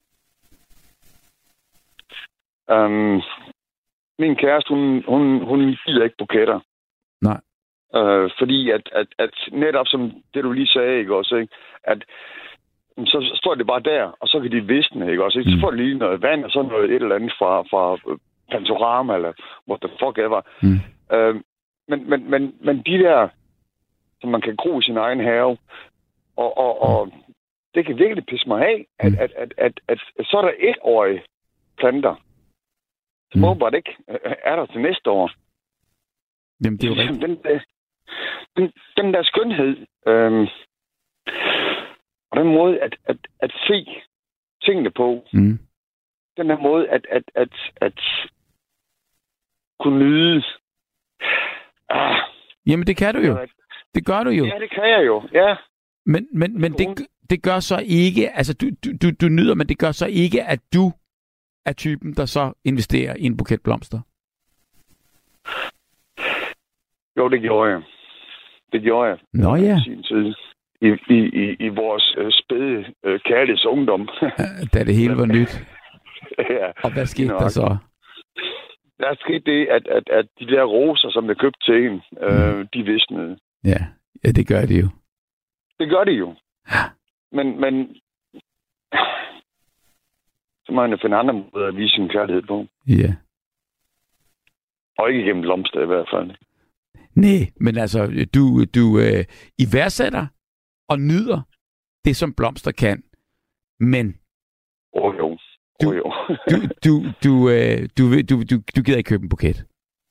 Um, min kæreste, hun, hun, hun gider ikke buketter. Nej. Uh, fordi at, at, at netop som det, du lige sagde, ikke også, ikke? At så står det bare der, og så kan de visne, ikke også? Ikke? Så får de lige noget vand, og så noget et eller andet fra, fra Pantorama, eller what the fuck ever. Mm. Uh, men, men, men, men de der, som man kan gro i sin egen have, og, og, og det kan virkelig pisse mig af, at, at, at, at, at, at så er der etårige planter. Så må bare ikke er der til næste år. Jamen, det er jo rigtigt. Den, den, den der skønhed, øhm, og den måde at, at, at se tingene på, mm. den der måde at, at, at, at kunne nyde. Ah, Jamen, det kan du jo. Det gør du jo. Ja, det kan jeg jo, ja. Men, men, men det, det gør så ikke, altså du, du, du nyder, men det gør så ikke, at du er typen, der så investerer i en buket blomster. Jo, det gjorde jeg. Det gjorde jeg. Nå ja. I sin tid. I, i, i, i vores øh, spæde øh, kærlighedsungdom. Da det hele var nyt. Ja. Og hvad skete der så? Der skete det, at, at, at de der roser, som jeg købte til en, øh, mm. de visnede. Ja. Ja, det gør de jo. Det gør de jo. Men, men så må man jo finde andre måder at vise sin kærlighed på. Ja. Og ikke gennem blomster i hvert fald. Nej, men altså, du, du øh, iværksætter og nyder det, som blomster kan. Men Åh oh, jo. Du, oh, jo. du, du, du, øh, du, du, du, du gider ikke købe en buket?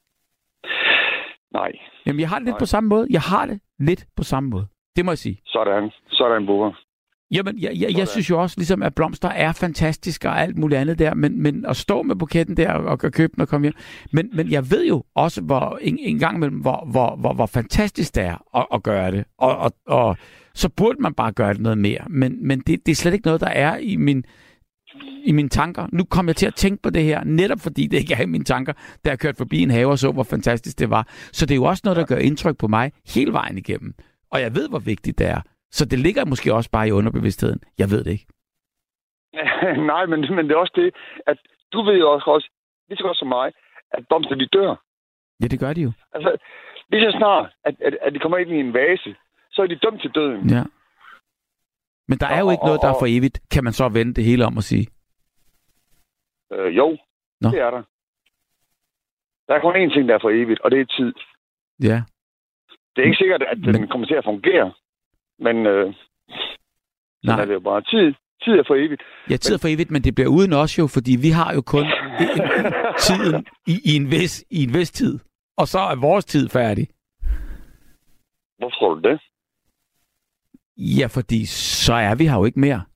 Nej. Jamen, jeg har det lidt Nej. på samme måde. Jeg har det lidt på samme måde. Det må jeg sige. Sådan. Sådan, Bubber. Jamen, jeg, jeg, jeg synes jo også, ligesom, at blomster er fantastiske og alt muligt andet der, men, men at stå med buketten der og, og købe den og komme hjem. Men, men jeg ved jo også, hvor en, en gang imellem, hvor, hvor, hvor, hvor fantastisk det er at, at gøre det. Og, og, og så burde man bare gøre det noget mere. Men, men det, det er slet ikke noget, der er i min... i mine tanker. Nu kom jeg til at tænke på det her, netop fordi det ikke er i mine tanker, da jeg kørte forbi en have og så, hvor fantastisk det var. Så det er jo også noget, der gør indtryk på mig hele vejen igennem. Og jeg ved, hvor vigtigt det er. Så det ligger måske også bare i underbevidstheden. Jeg ved det ikke. Nej, men, men det er også det, at du ved jo også, lige så godt som mig, at blomster, de dør. Ja, det gør de jo. Altså, lige så snart, at, at, at de kommer ind i en vase, så er de dømt til døden. Ja. Men der er jo ikke noget, der er for evigt. Kan man så vende det hele om og sige? Øh, jo, Nå. Det er der. Der er kun én ting, der er for evigt, og det er tid. Ja. Det er ikke sikkert, at den men... kommer til at fungere, men øh, sådan er det jo bare. Tid, tid er for evigt. Ja, tid er for evigt, men det bliver uden os jo, fordi vi har jo kun tiden i, i, en vis, i en vis tid. Og så er vores tid færdig. Hvorfor tror du det? Ja, fordi så er vi her jo ikke mere.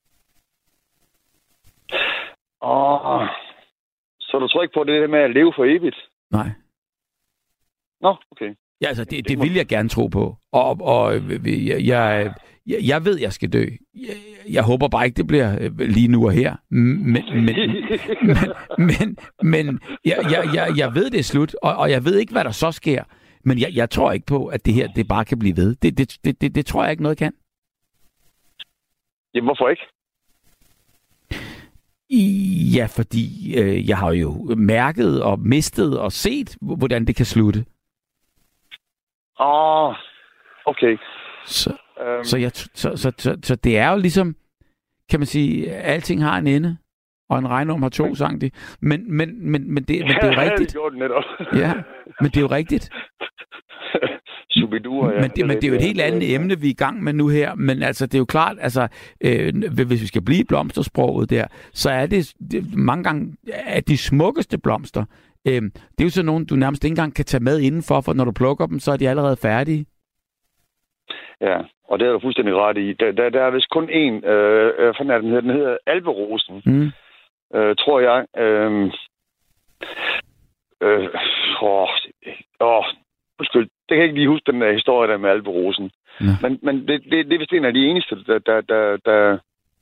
Åh, så du tror ikke på det der med at leve for evigt? Nej. Nå, okay. Ja, altså, det, det vil jeg gerne tro på. Og, og jeg, jeg, jeg ved, jeg skal dø. Jeg, jeg håber bare ikke, det bliver lige nu og her. Men, men, men, men, men jeg, jeg, jeg, jeg ved, det er slut, og, og jeg ved ikke, hvad der så sker. Men jeg, jeg tror ikke på, at det her det bare kan blive ved. Det, det, det, det, det tror jeg ikke noget kan. Jamen, hvorfor ikke? Ja, fordi øh, jeg har jo mærket og mistet og set, hvordan det kan slutte. Åh, oh, okay. Så, um... så, jeg, så, så, så, så det er jo ligesom, kan man sige, alting har en ende, og en regnorm har to, men... sang de. Men, men, men, men, det, men det er jo rigtigt. Ja, men det er jo rigtigt. Subidua, ja. Men det, men det er jo et helt andet emne, vi er i gang med nu her. Men altså, det er jo klart, altså, øh, hvis vi skal blive blomstersproget der, så er det, det mange gange at de smukkeste blomster. Øh, det er jo sådan nogle, du nærmest ikke engang kan tage med indenfor, for når du plukker dem, så er de allerede færdige. Ja, og det er du fuldstændig ret i. Der, der, der er vist kun én, øh, den hedder, den hedder alberosen, mm. øh, tror jeg. Øh, øh, åh, åh, undskyld, det kan jeg ikke lige huske, den der historie der med alberosen. Ja. Men, men det, det, det er vist en af de eneste, der, der, der, der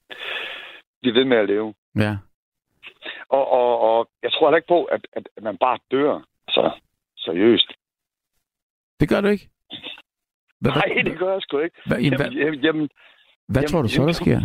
de ved med at leve. Ja. Og, og, og jeg tror heller ikke på, at, at man bare dør. Så seriøst. Det gør du ikke? Hvad, Nej, det gør jeg sgu ikke. Hvad, jamen, jamen, jamen, jamen, hvad jamen, tror du så, der sker?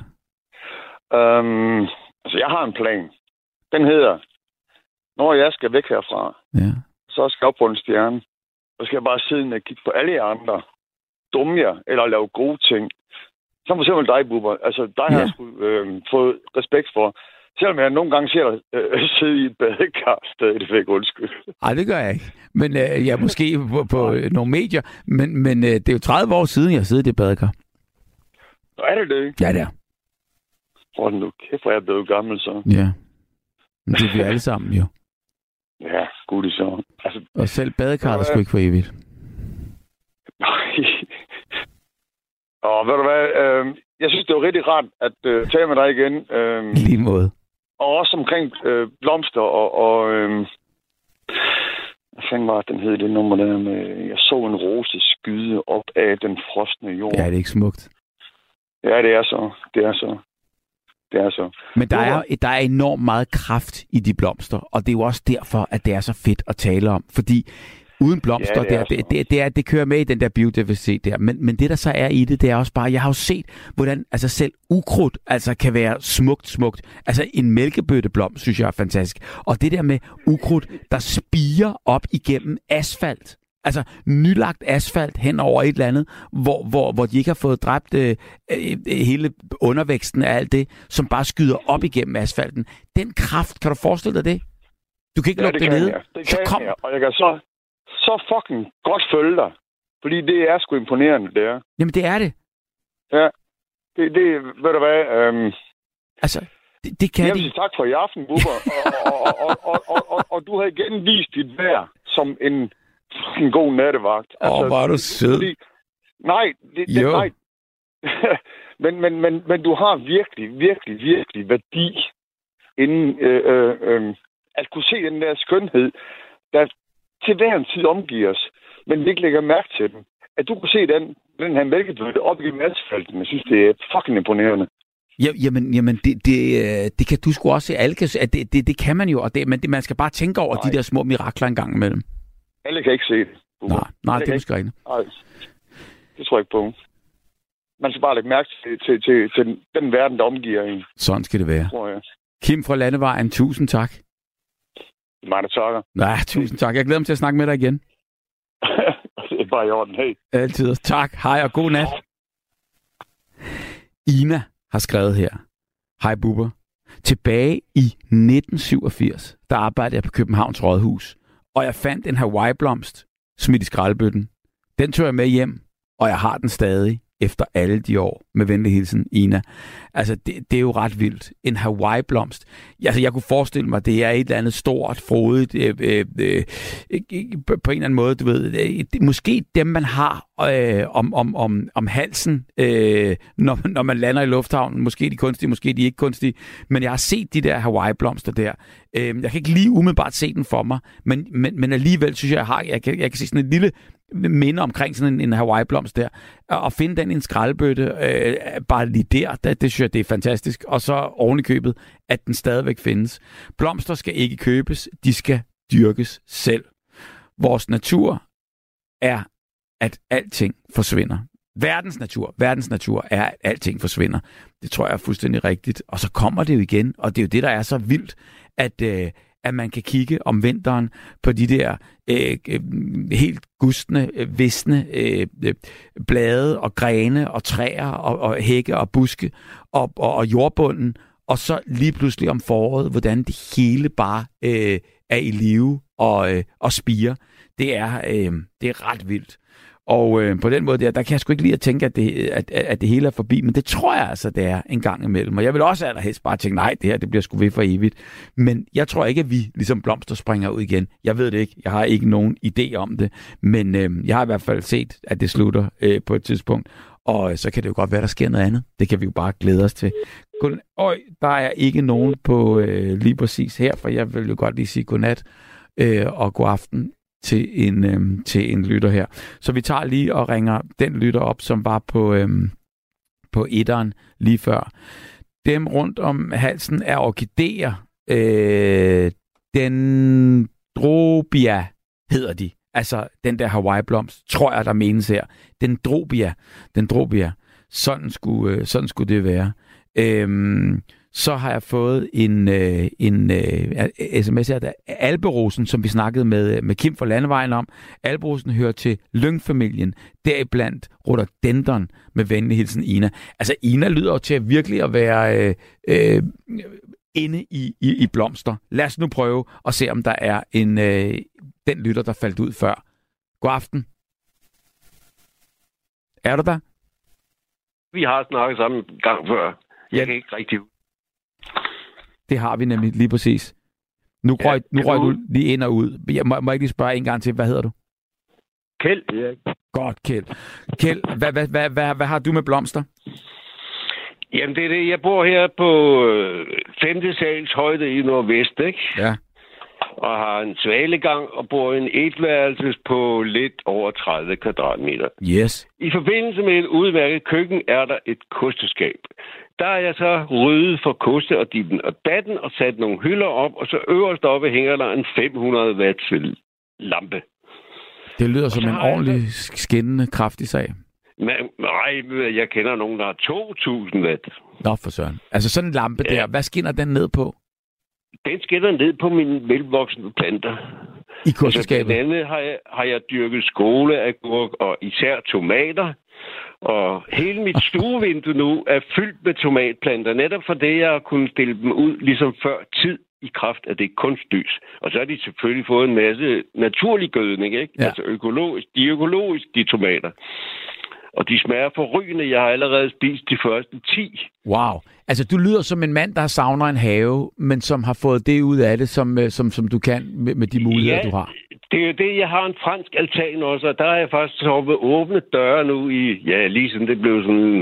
Øhm, altså, jeg har en plan. Den hedder, når jeg skal væk herfra, ja. Så skal jeg op på en stjerne. Så skal jeg bare sidde og kigge på alle jer andre. Dumme jer, eller lave gode ting. Som for eksempel dig, Bubber. Altså, dig ja. har jeg sgu, øh, fået respekt for. Selvom jeg nogle gange ser dig øh, sidde i et badekar stadig, det fik undskyld. Nej, det gør jeg ikke. Men øh, ja, måske på, på øh, nogle medier. Men, men øh, det er jo tredive år siden, jeg har siddet i et badekar. Nå, er det det? Ja, det er. Hvor nu kæft, hvor er jeg blevet gammel så. Ja. Men det er vi alle sammen jo. Ja, gud så. Altså, og selv badekarret er sgu ikke for evigt. Nej. Og ved du hvad, øh, jeg synes, det var rigtig rart at øh, tale med dig igen. Øh, Lige måde. Og også omkring øh, blomster og... og øh, hvad fanden var den hed, det nummer der med... Jeg så en rose skyde op af den frosne jord. Ja, det er ikke smukt. Ja, det er så. Det er så. Det er så. Men der er, der er enormt meget kraft i de blomster, og det er jo også derfor, at det er så fedt at tale om. Fordi uden blomster, ja, det, er det, det, det, er, det kører med i den der biodiversitet der. Men, men det, der så er i det, det er også bare, jeg har jo set, hvordan altså selv ukrudt altså, kan være smukt, smukt. Altså en mælkebøtteblom, synes jeg er fantastisk. Og det der med ukrudt, der spirer op igennem asfalt. Altså nylagt asfalt hen over et eller andet, hvor, hvor, hvor de ikke har fået dræbt øh, øh, hele undervæksten af alt det, som bare skyder op igennem asfalten. Den kraft, kan du forestille dig det? Du kan ikke ja, lukke det, det nede. Jeg. Det kan kom. jeg, og jeg kan så, så fucking godt følge dig. Fordi det er sgu imponerende, det er. Jamen, det er det. Ja, det, det ved du hvad... Øhm, altså, det, det kan jeg de. vil sige tak for i aften, Bubber. og, og, og, og, og, og, og du har igen vist dit værd som en... en god nattevagt. Åh, altså, var du sød. Fordi, nej, det, det, nej. Men, men, men, men du har virkelig, virkelig, virkelig værdi inden øh, øh, øh, at kunne se den der skønhed, der til hver en tid omgiver os, men vi ikke lægger mærke til den. At du kunne se den, den her mælkebøtte op i asfalten, jeg synes, det er fucking imponerende. Ja, jamen, jamen det, det, det kan du sgu også se. Alle kan, at det, det, det kan man jo, og det, men det, man skal bare tænke over nej. De der små mirakler en gang imellem. Alle kan ikke se det. Nej, nej det er måske ikke. Nej, det tror jeg ikke på. Man skal bare lægge mærke til, til, til, til den, den verden, der omgiver en. Sådan skal det være. Tror jeg. Kim fra Landevejen, tusind tak. Mig, der takker. Nej, tusind tak. Jeg glæder mig til at snakke med dig igen. Det er bare i orden. Hey. Altid. Tak. Hej og god nat. Ina har skrevet her. Hej Bubber. Tilbage i nitten syvogfirs, der arbejdede jeg på Københavns Rådhus, og jeg fandt en Hawaii-blomst smidt i skraldebøtten. Den tog jeg med hjem, og jeg har den stadig efter alle de år. Med venlig hilsen, Ina. Altså, det, det er jo ret vildt. En Hawaii-blomst. Altså, jeg kunne forestille mig, det er et eller andet stort, frodigt, øh, øh, øh, på en eller anden måde, du ved. Øh, måske dem, man har øh, om, om, om, om halsen, øh, når, når man lander i lufthavnen. Måske de kunstige, måske de ikke kunstige. Men jeg har set de der Hawaii-blomster der. Øh, jeg kan ikke lige umiddelbart se den for mig, men, men, men alligevel synes jeg, jeg har, jeg kan, jeg kan se sådan et lille minde omkring sådan en, en Hawaii-blomst der, og finde den i en skraldebøtte, øh, bare lige der, det, det synes jeg, det er fantastisk. Og så oven i købet, at den stadigvæk findes. Blomster skal ikke købes, de skal dyrkes selv. Vores natur er, at alting forsvinder. Verdens natur, verdens natur er, at alting forsvinder. Det tror jeg er fuldstændig rigtigt. Og så kommer det jo igen, og det er jo det, der er så vildt, at øh, at man kan kigge om vinteren på de der øh, helt gustne, visne øh, blade og grene og træer og, og hække og buske og, og, og jordbunden, og så lige pludselig om foråret, hvordan det hele bare øh, er i live og, øh, og spirer. Det er, øh, det er ret vildt. Og øh, på den måde der, der kan jeg sgu ikke lide at tænke, at det, at, at det hele er forbi, men det tror jeg altså, det er en gang imellem. Og jeg vil også allerhelst bare tænke, nej, det her det bliver sgu ved for evigt. Men jeg tror ikke, at vi ligesom blomster springer ud igen. Jeg ved det ikke. Jeg har ikke nogen idé om det. Men øh, jeg har i hvert fald set, at det slutter øh, på et tidspunkt. Og øh, så kan det jo godt være, der sker noget andet. Det kan vi jo bare glæde os til. Øj, der er ikke nogen på øh, lige præcis her, for jeg vil jo godt lige sige godnat øh, og god aften til en, øhm, til en lytter her. Så vi tager lige og ringer den lytter op, som var på, øhm, på etteren lige før. Dem rundt om halsen er orkideer. Øh, Dendrobia hedder de. Altså den der Hawaii-blomst, tror jeg, der menes her. Dendrobia. Dendrobia. Sådan skulle, øh, sådan skulle det være. Øhm, så har jeg fået en, øh, en øh, sms her, der Alberosen, som vi snakkede med, med Kim fra Landevejen om. Alberosen hører til lyngfamilien, deriblandt rhododendron, med venlig hilsen Ina. Altså Ina lyder jo til at virkelig at være øh, øh, inde i, i, i blomster. Lad os nu prøve at se, om der er en øh, den lytter, der faldt ud før. God aften. Er du der? Vi har snakket sammen gang før. Jeg ja. kan ikke rigtig. Det har vi nemlig lige præcis. Nu røg, ja, nu røg du lige ind og ud. Jeg må, må ikke lige spørge en gang til. Hvad hedder du? Kjeld. Ja. Godt, Kjeld. Kjeld, hvad, hvad, hvad, hvad, hvad har du med blomster? Jamen, det er det. Jeg bor her på femte sals højde i Nordvest, ikke? Ja. Og har en svalegang og bor i en etværelses på lidt over tredive kvadratmeter. Yes. I forbindelse med et udmærket køkken er der et kosteskab. Der er jeg så ryddet for koste og ditten og datten og sat nogle hylder op, og så øverst oppe hænger der en fem hundrede watts lampe. Det lyder som en ordentlig skinnende kraftig sag. Men, nej, jeg kender nogen, der har to tusind watt. Nå, for søren. Altså sådan en lampe ja. Der, hvad skinner den ned på? Den skinner ned på mine velvoksne planter. I kosteskabet? Altså, blandt andet har jeg, har jeg dyrket skoleagurk og især tomater. Og hele mit stuevindue nu er fyldt med tomatplanter, netop for det, jeg har kunnet stille dem ud ligesom før tid i kraft af det kunstlys. Og så har de selvfølgelig fået en masse naturlig gødning, ikke? Ja. Altså økologisk. De er økologisk, de tomater. Og de smager forrygende. Jeg har allerede spist de første ti. Wow. Altså, du lyder som en mand, der savner en have, men som har fået det ud af det, som, som, som du kan med, med de muligheder, ja, du har. Det er jo det. Jeg har en fransk altan også, og der har jeg faktisk sovet åbne døre nu i, ja, lige siden det blev sådan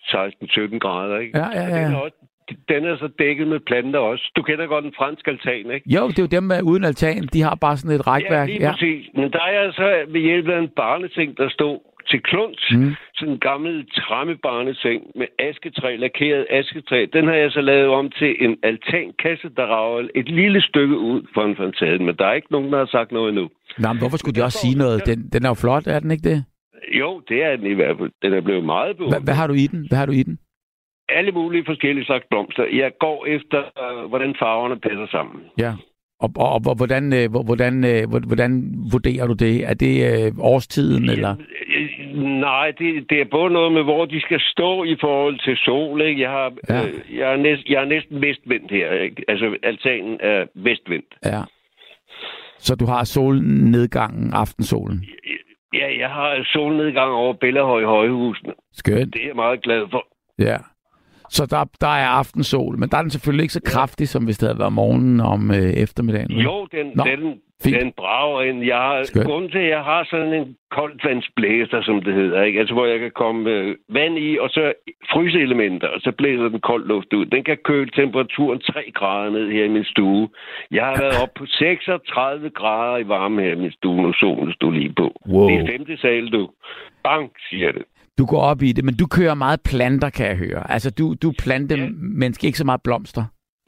seksten sytten grader, ikke? Ja, ja, ja. Den er, også, den er så dækket med planter også. Du kender godt en fransk altan, ikke? Jo, det er jo dem med uden altan. De har bare sådan et rækværk. Ja, lige præcis. Ja. Men der er altså ved hjælp af en barneseng, der stod til kluns. Mm. Sådan en gammel trammebarneseng med asketræ, lakeret asketræ. Den har jeg så lavet om til en altankasse, der rager et lille stykke ud for en fansade. Men der er ikke nogen, der har sagt noget endnu. Nå, men hvorfor skulle de også sige noget? Den, den er jo flot, er den ikke det? Jo, det er den i hvert fald. Den er blevet meget beundret. Hvad, hvad har du i den? Hvad har du i den? Alle mulige forskellige slags blomster. Jeg går efter, øh, hvordan farverne passer sammen. Ja. Og, og, og hvordan, øh, hvordan, øh, hvordan vurderer du det? Er det øh, årstiden, ja, eller? Øh, nej, det, det er både noget med, hvor de skal stå i forhold til sol. Ikke? Jeg, har, ja. øh, jeg, er næst, jeg er næsten vestvendt her. Ikke? Altså, altanen er vestvendt. Ja. Så du har solnedgangen, aftensolen? Ja, jeg har solnedgang over Bellahøj Højhusene. Skønt. Det er jeg meget glad for. Ja. Så der, der er aftensol, men der er den selvfølgelig ikke så kraftig, som hvis det havde været morgenen om øh, eftermiddagen. Jo, den, den, den brager ind. Jeg har, grunden til, at jeg har sådan en koldvandsblæser, som det hedder, ikke? Altså, hvor jeg kan komme øh, vand i, og så fryseelementer, og så blæser den kold luft ud. Den kan køle temperaturen tre grader ned her i min stue. Jeg har været oppe på seksogtredive grader i varme her i min stue, når solen stod lige på. Wow. Det er femte sal, du. Bang, siger det. Du går op i det, men du kører meget planter, kan jeg høre. Altså, du, du planter ja. mennesker, ikke så meget blomster.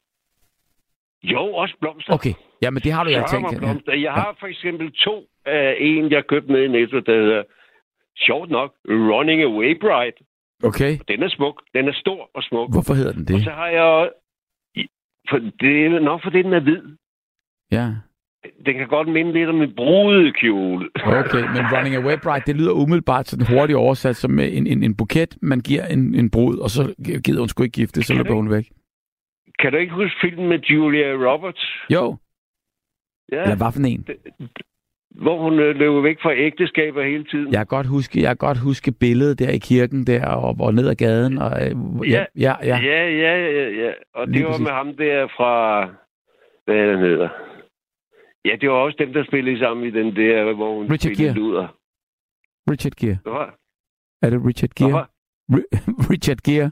Jo, også blomster. Okay, ja, men det har du jo tænkt. Ja. Jeg har for eksempel to af uh, en, jeg købte med i Netto, der hedder, sjovt nok, Running Away Bright. Okay. Den er smuk. Den er stor og smuk. Hvorfor hedder den det? Og så har jeg... For det er nok, fordi den er hvid. Ja. Den kan godt minde lidt om en brudekjole. Okay, men Running Away Bright, det lyder umiddelbart sådan hurtigt oversat som en, en, en buket, man giver en, en brud, og så gider hun sgu ikke gifte, så løber hun væk. Kan du ikke huske filmen med Julia Roberts? Jo. Ja. Eller hvad for en? Hvor hun øh, løber væk fra ægteskaber hele tiden. Jeg kan godt huske, jeg kan godt huske billedet der i kirken der, og, og ned ad gaden. Og, øh, ja, ja, ja, ja, ja, ja, ja. Og lige det var præcis. Med ham der fra, hvad er det hedder? Ja, det var også dem, der spillede sammen i den der, hvor hun Richard spillede Gere. luder. Richard Gere. Hvad? Er det Richard Gere? Richard Gere?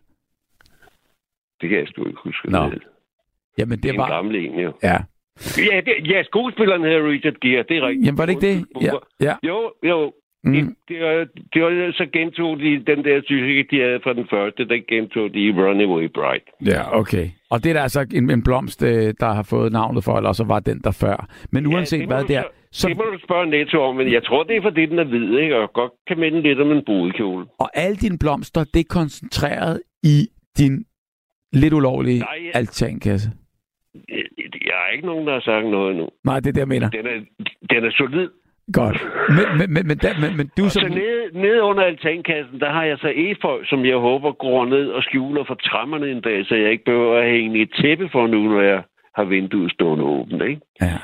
Det kan jeg sgu ikke huske. Nå. Jamen, det, det var... en gammel en, jo. Ja. Ja, det, ja, skuespilleren hedder Richard Gere, det er rigtigt. Jamen, var det ikke det? Ja. ja. Jo, jo. Mm. Det, det, var, det var så gentog de den der syge, de havde fra den første, der gentog de i Running Away Bright. Ja, okay. Og det er der altså en, en blomst, der har fået navnet for, eller så var den der før. Men uanset ja, hvad der... Så... Det må du spørge Netto om, men jeg tror, det er fordi, den er hvid, ikke? Og godt kan minde lidt om en brudekjole. Og alle dine blomster, det er koncentreret i din lidt ulovlige Nej, ja. altankasse. Jeg har ikke nogen, der har sagt noget endnu. Nej, det er det, jeg mener. Den er, den er solid. Godt. Men, men, men, men, men, men du og som... så nede, nede under altankassen, der har jeg så efeu, som jeg håber går ned og skjuler for trammerne en dag, så jeg ikke behøver at hænge i et tæppe for nu, når jeg har vinduet stående åbent, ikke? Ja.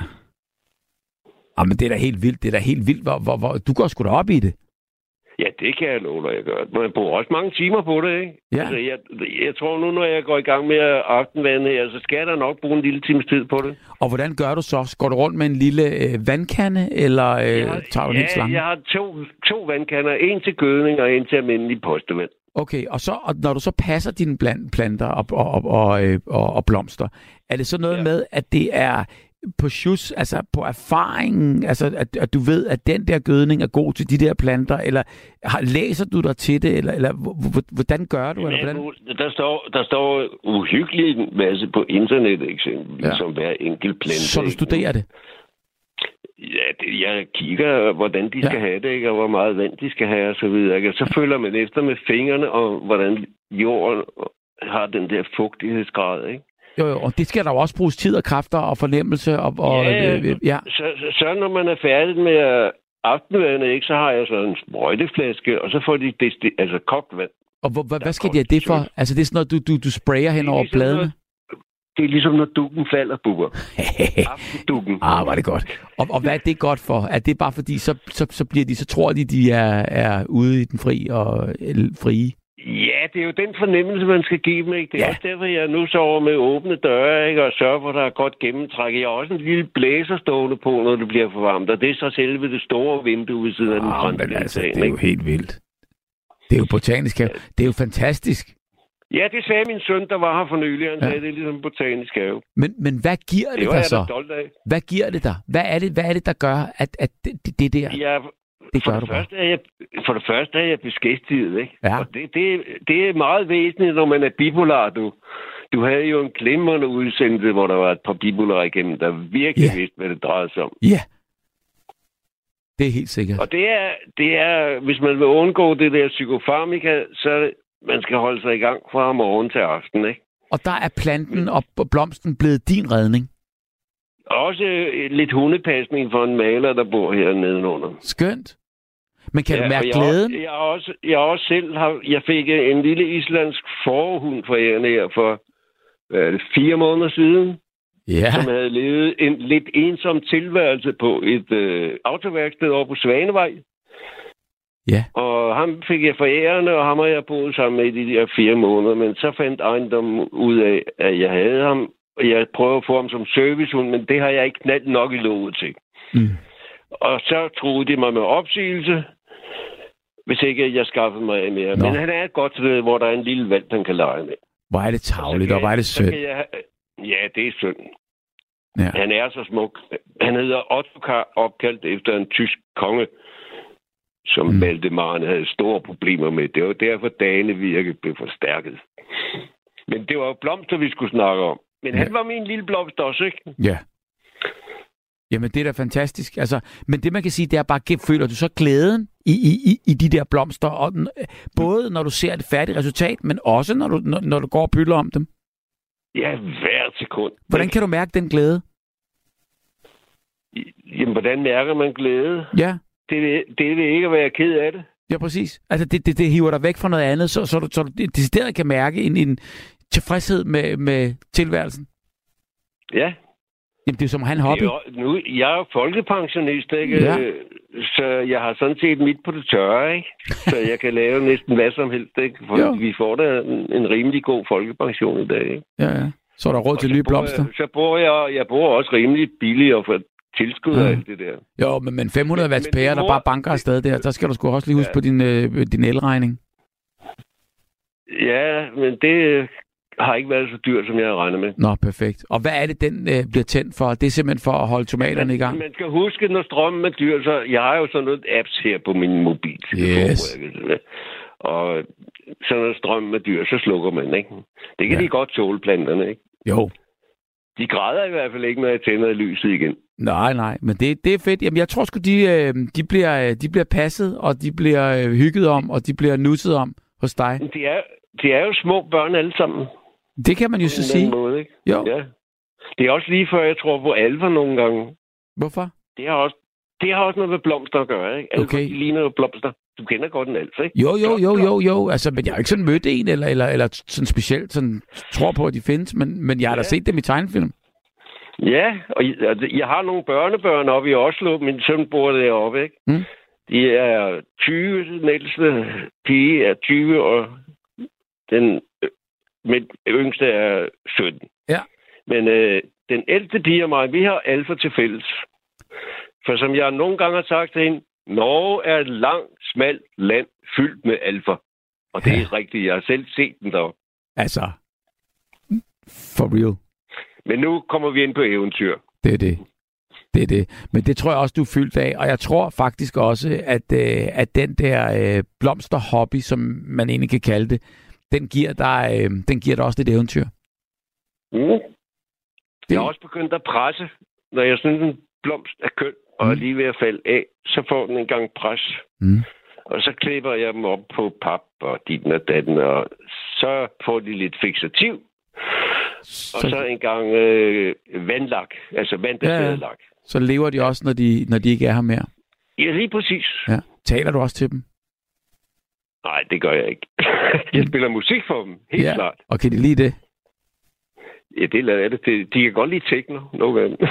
Ah, men det er da helt vildt. Det er da helt vildt. Hvor, hvor, hvor... Du går sgu da op i det. Ja, det kan jeg love dig, jeg gør. Men jeg bruger også mange timer på det, ikke? Ja. Altså, jeg, jeg tror nu, når jeg går i gang med aftenvandet her, så skal jeg da nok bruge en lille times tid på det. Og hvordan gør du så? Går du rundt med en lille øh, vandkande, eller øh, har, tager du en ja, helt slange? jeg har to, to vandkander. En til gødning og en til almindelig postevand. Okay, og, så, og når du så passer dine planter og, og, og, og, og, og blomster, er det så noget ja. med, at det er... på sjus, altså på erfaringen, altså at, at du ved, at den der gødning er god til de der planter, eller har, læser du dig til det, eller, eller hvordan gør du? Eller hvordan? Der står, der står uhyggeligt en masse på internettet, eksempelvis, ja. som hver enkelt plante. Så du studerer det? Ja, det, jeg kigger, hvordan de skal ja. have det, ikke, og hvor meget vand de skal have, og så videre. Ikke? Så følger man efter med fingrene, og hvordan jorden har den der fugtighedsgrad, ikke? Jo, jo, og det skal der jo også bruges tid og kræfter og fornemmelse. Og, og, ja, øh, ja. Så, så, så når man er færdig med aftenvandet, ikke, så har jeg så en sprøjteflaske, og så får de det, altså kogt vand. Og hvor, hvad, hvad skal de have det for? Altså det er sådan noget, du, du, du sprayer hen over ligesom bladene? Noget, det er ligesom, når dukken falder, Bubber. Aftendukken. Ah, var det godt. Og, og hvad er det godt for? Er det bare fordi, så, så, så bliver de, så tror de, de er, er ude i den fri og frie? Ja, det er jo den fornemmelse, man skal give dem, ikke? Det er ja. også derfor, jeg nu sover med åbne døre, ikke? Og sørger for, at der er godt gennemtræk. Jeg har også en lille blæser stående på, når det bliver for varmt. Og det er så selve det store vindue ved siden af den franske altså, det er jo helt vildt. Det er jo botanisk have. Det er jo fantastisk. Ja, det sagde min søn, der var her for nylig. Han Ja. sagde, det er ligesom botanisk have. Men, men hvad giver det, Det var dig jeg så? da stolt af. Hvad giver det dig? Hvad er det, hvad er det der gør, at, at det, det der... Ja, Det for, gør det du bare. første er jeg, for det første er jeg beskæftiget, ikke? Ja. Og det, det, det er meget væsentligt, når man er bipolar. Du, du havde jo en glimrende udsendelse, hvor der var et par bipolarer igennem, der virkelig Ja. vidste, hvad det drejede sig om. Ja. Det er helt sikkert. Og det er, det er, hvis man vil undgå det der psykofarmika, så er det, man skal holde sig i gang fra morgen til aften, ikke? Og der er planten og blomsten blevet din redning. Også øh, lidt hundepasning for en maler, der bor her nedenunder. Skønt. Men kan ja, du mærke jeg, glæden? Jeg, jeg, også, jeg også selv har, jeg fik en lille islandsk forhund fra her for hvad er det, fire måneder siden, Ja. som havde levet en lidt ensom tilværelse på et øh, autoværksted over på Svanevej. Ja. Og ham fik jeg forærende, og ham har jeg boet sammen med i de der fire måneder. Men så fandt ejendommen ud af, at jeg havde ham, og jeg prøvede at få ham som servicehund, men det har jeg ikke knaldt nok i lovet til. Mm. Og så troede de mig med opsigelse, hvis ikke jeg skaffede mig af mere. Nå. Men han er et godt sted, hvor der er en lille valg, han kan lege med. Hvor er det tavligt, og hvor er det Så synd. kan jeg, ja, det er synd. Ja. Han er så smuk. Han hedder Ottokar, opkaldt efter en tysk konge, som Mm. mm. Valdemaren havde store problemer med. Det var derfor, Danevirke blev forstærket. Men det var jo blomster, vi skulle snakke om. Men Ja. han var min lille blomst også, ikke? Ja. Jamen, det er da fantastisk. Altså, men det, man kan sige, det er bare, føler du så glæden i, i, i, i de der blomster, og den, både når du ser det færdige resultat, men også når du, når, når du går og bytter om dem? Ja, hver sekund. Hvordan kan du mærke den glæde? Jamen, hvordan mærker man glæde? Ja, Det vil, det vil ikke at være ked af det. ja præcis. Altså, det, det, det hiver dig væk fra noget andet, så, så, du, så du decideret kan mærke en, en tilfredshed med, med tilværelsen. Ja. Jamen, det er som han hobby. Det er jo, nu, jeg er jo folkepensionist, ikke? Ja. Øh, Så jeg har sådan set mit på det tørre, ikke? Så jeg kan lave næsten hvad som helst, ikke? For Jo. vi får da en, en rimelig god folkepension i dag, ikke? Ja, ja. Så er der råd Og til så nye bor blomster. Jeg, så bor jeg, jeg bor også rimelig billigt og får tilskud af Ja. alt det der. Jo, men, men fem hundrede watts Men- men pære, det der må- bare banker afsted der, der skal du sgu også lige huske Ja. på din, øh, din elregning. Ja, men det har ikke været så dyrt, som jeg havde regnet med. Nå, perfekt. Og hvad er det, den øh, bliver tændt for? Det er simpelthen for at holde tomaterne i gang? Man skal huske, når strømmen er dyr, så jeg har jo sådan noget apps her på min mobil. Yes. Og så når strømmen er dyr, så slukker man, ikke? Det kan Ja. de godt tåle, planterne, ikke? Jo. De græder i hvert fald ikke, når jeg tænder lyset igen. Nej, nej, men det, det er fedt. Jamen, jeg tror sgu, de, øh, de, bliver, de bliver passet, og de bliver øh, hygget om, og de bliver nusset om hos dig. De er, de er jo små børn alle sammen. Det kan man jo På så en sige. eller anden måde, ikke? Jo. Ja. Det er også lige før, jeg tror på alver nogle gange. Hvorfor? Det har også, det har også noget med blomster at gøre, ikke? Alver, Okay. de ligner jo blomster. Du kender godt en alfa, ikke? Jo, jo, jo, jo, jo. Altså, men jeg har ikke sådan mødt en, eller, eller, eller sådan specielt sådan, tror på, at de findes, men, men jeg har da Ja. set dem i tegnefilm. Ja, og jeg, altså, jeg har nogle børnebørn oppe i Oslo. Min søn bor deroppe, ikke? Mm. De er tyve, den ældste pige er tyve, og den øh, med, yngste er sytten. Ja. Men øh, den ældste pige og mig, vi har alfa til fælles. For som jeg nogle gange har sagt til hende, Norge er et langt, smalt land fyldt med alfa. Og det er Ja. rigtigt, jeg har selv set den der. Altså, for real. Men nu kommer vi ind på eventyr. Det er det. Det er det. Men det tror jeg også, du er fyldt af. Og jeg tror faktisk også, at, øh, at den der øh, blomsterhobby, som man egentlig kan kalde det, den giver dig, øh, den giver dig også lidt eventyr. Mm. Jeg er også begyndt at presse. Når jeg synes, en blomst er køn, og er Mm. lige ved at falde af, så får den en gang pres. Mm. Og så klipper jeg dem op på pap og ditten og datten, og så får de lidt fixativ. Og så en gang øh, vandlak, altså vandbaseret Ja, ja. lak. Så lever de også, når de, når de ikke er her mere. Ja, lige præcis. Ja. Taler du også til dem? Nej, det gør jeg ikke. Jeg spiller musik for dem, helt Ja. klart. Og kan de lide det? Ja, det er det. De, de kan godt lide techno, nogle af dem.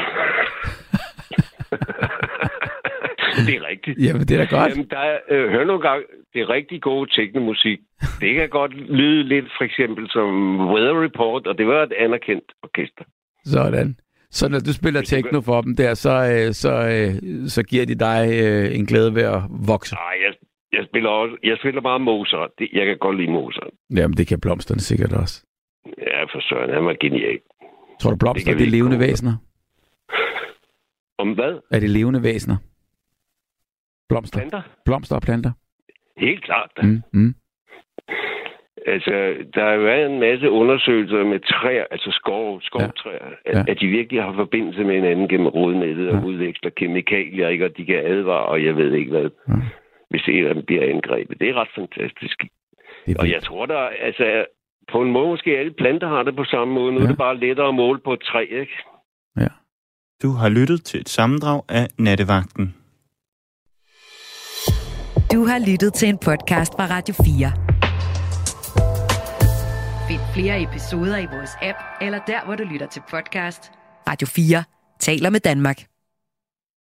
Det er rigtigt. Jamen, det er da godt. Jamen, der er, øh, hør nogle gange, det er rigtig god teknomusik. Det kan godt lyde lidt, for eksempel, som Weather Report, og det var et anerkendt orkester. Sådan. Så når du spiller techno for dem der, så, øh, så, øh, så giver de dig øh, en glæde ved at vokse. Nej, jeg, Jeg spiller, også, jeg spiller bare Mozart. Det, jeg kan godt lide Mozart. Jamen, det kan blomsterne sikkert også. Ja, for søren. Han var genial. Tror du, blomster det er levende komme. væsener? Om hvad? Er det levende væsener? Blomster? Planter? Blomster og planter? Helt klart. Mm, mm. Altså, der har jo været en masse undersøgelser med træer, altså skov, skovtræer, ja. At, ja. at de virkelig har forbindelse med hinanden gennem rodnettet ja. og udveksler kemikalier, ikke? Og de kan advare, og jeg ved ikke hvad, ja. hvis en af dem bliver angrebet. Det er ret fantastisk. Og jeg tror, der altså, på en måde måske alle planter har det på samme måde. Nu ja. er det bare lettere at måle på et træ, ikke? Ja. Du har lyttet til et sammendrag af Nattevagten. Du har lyttet til en podcast fra Radio fire. Find flere episoder i vores app, eller der, hvor du lytter til podcast. Radio fire taler med Danmark.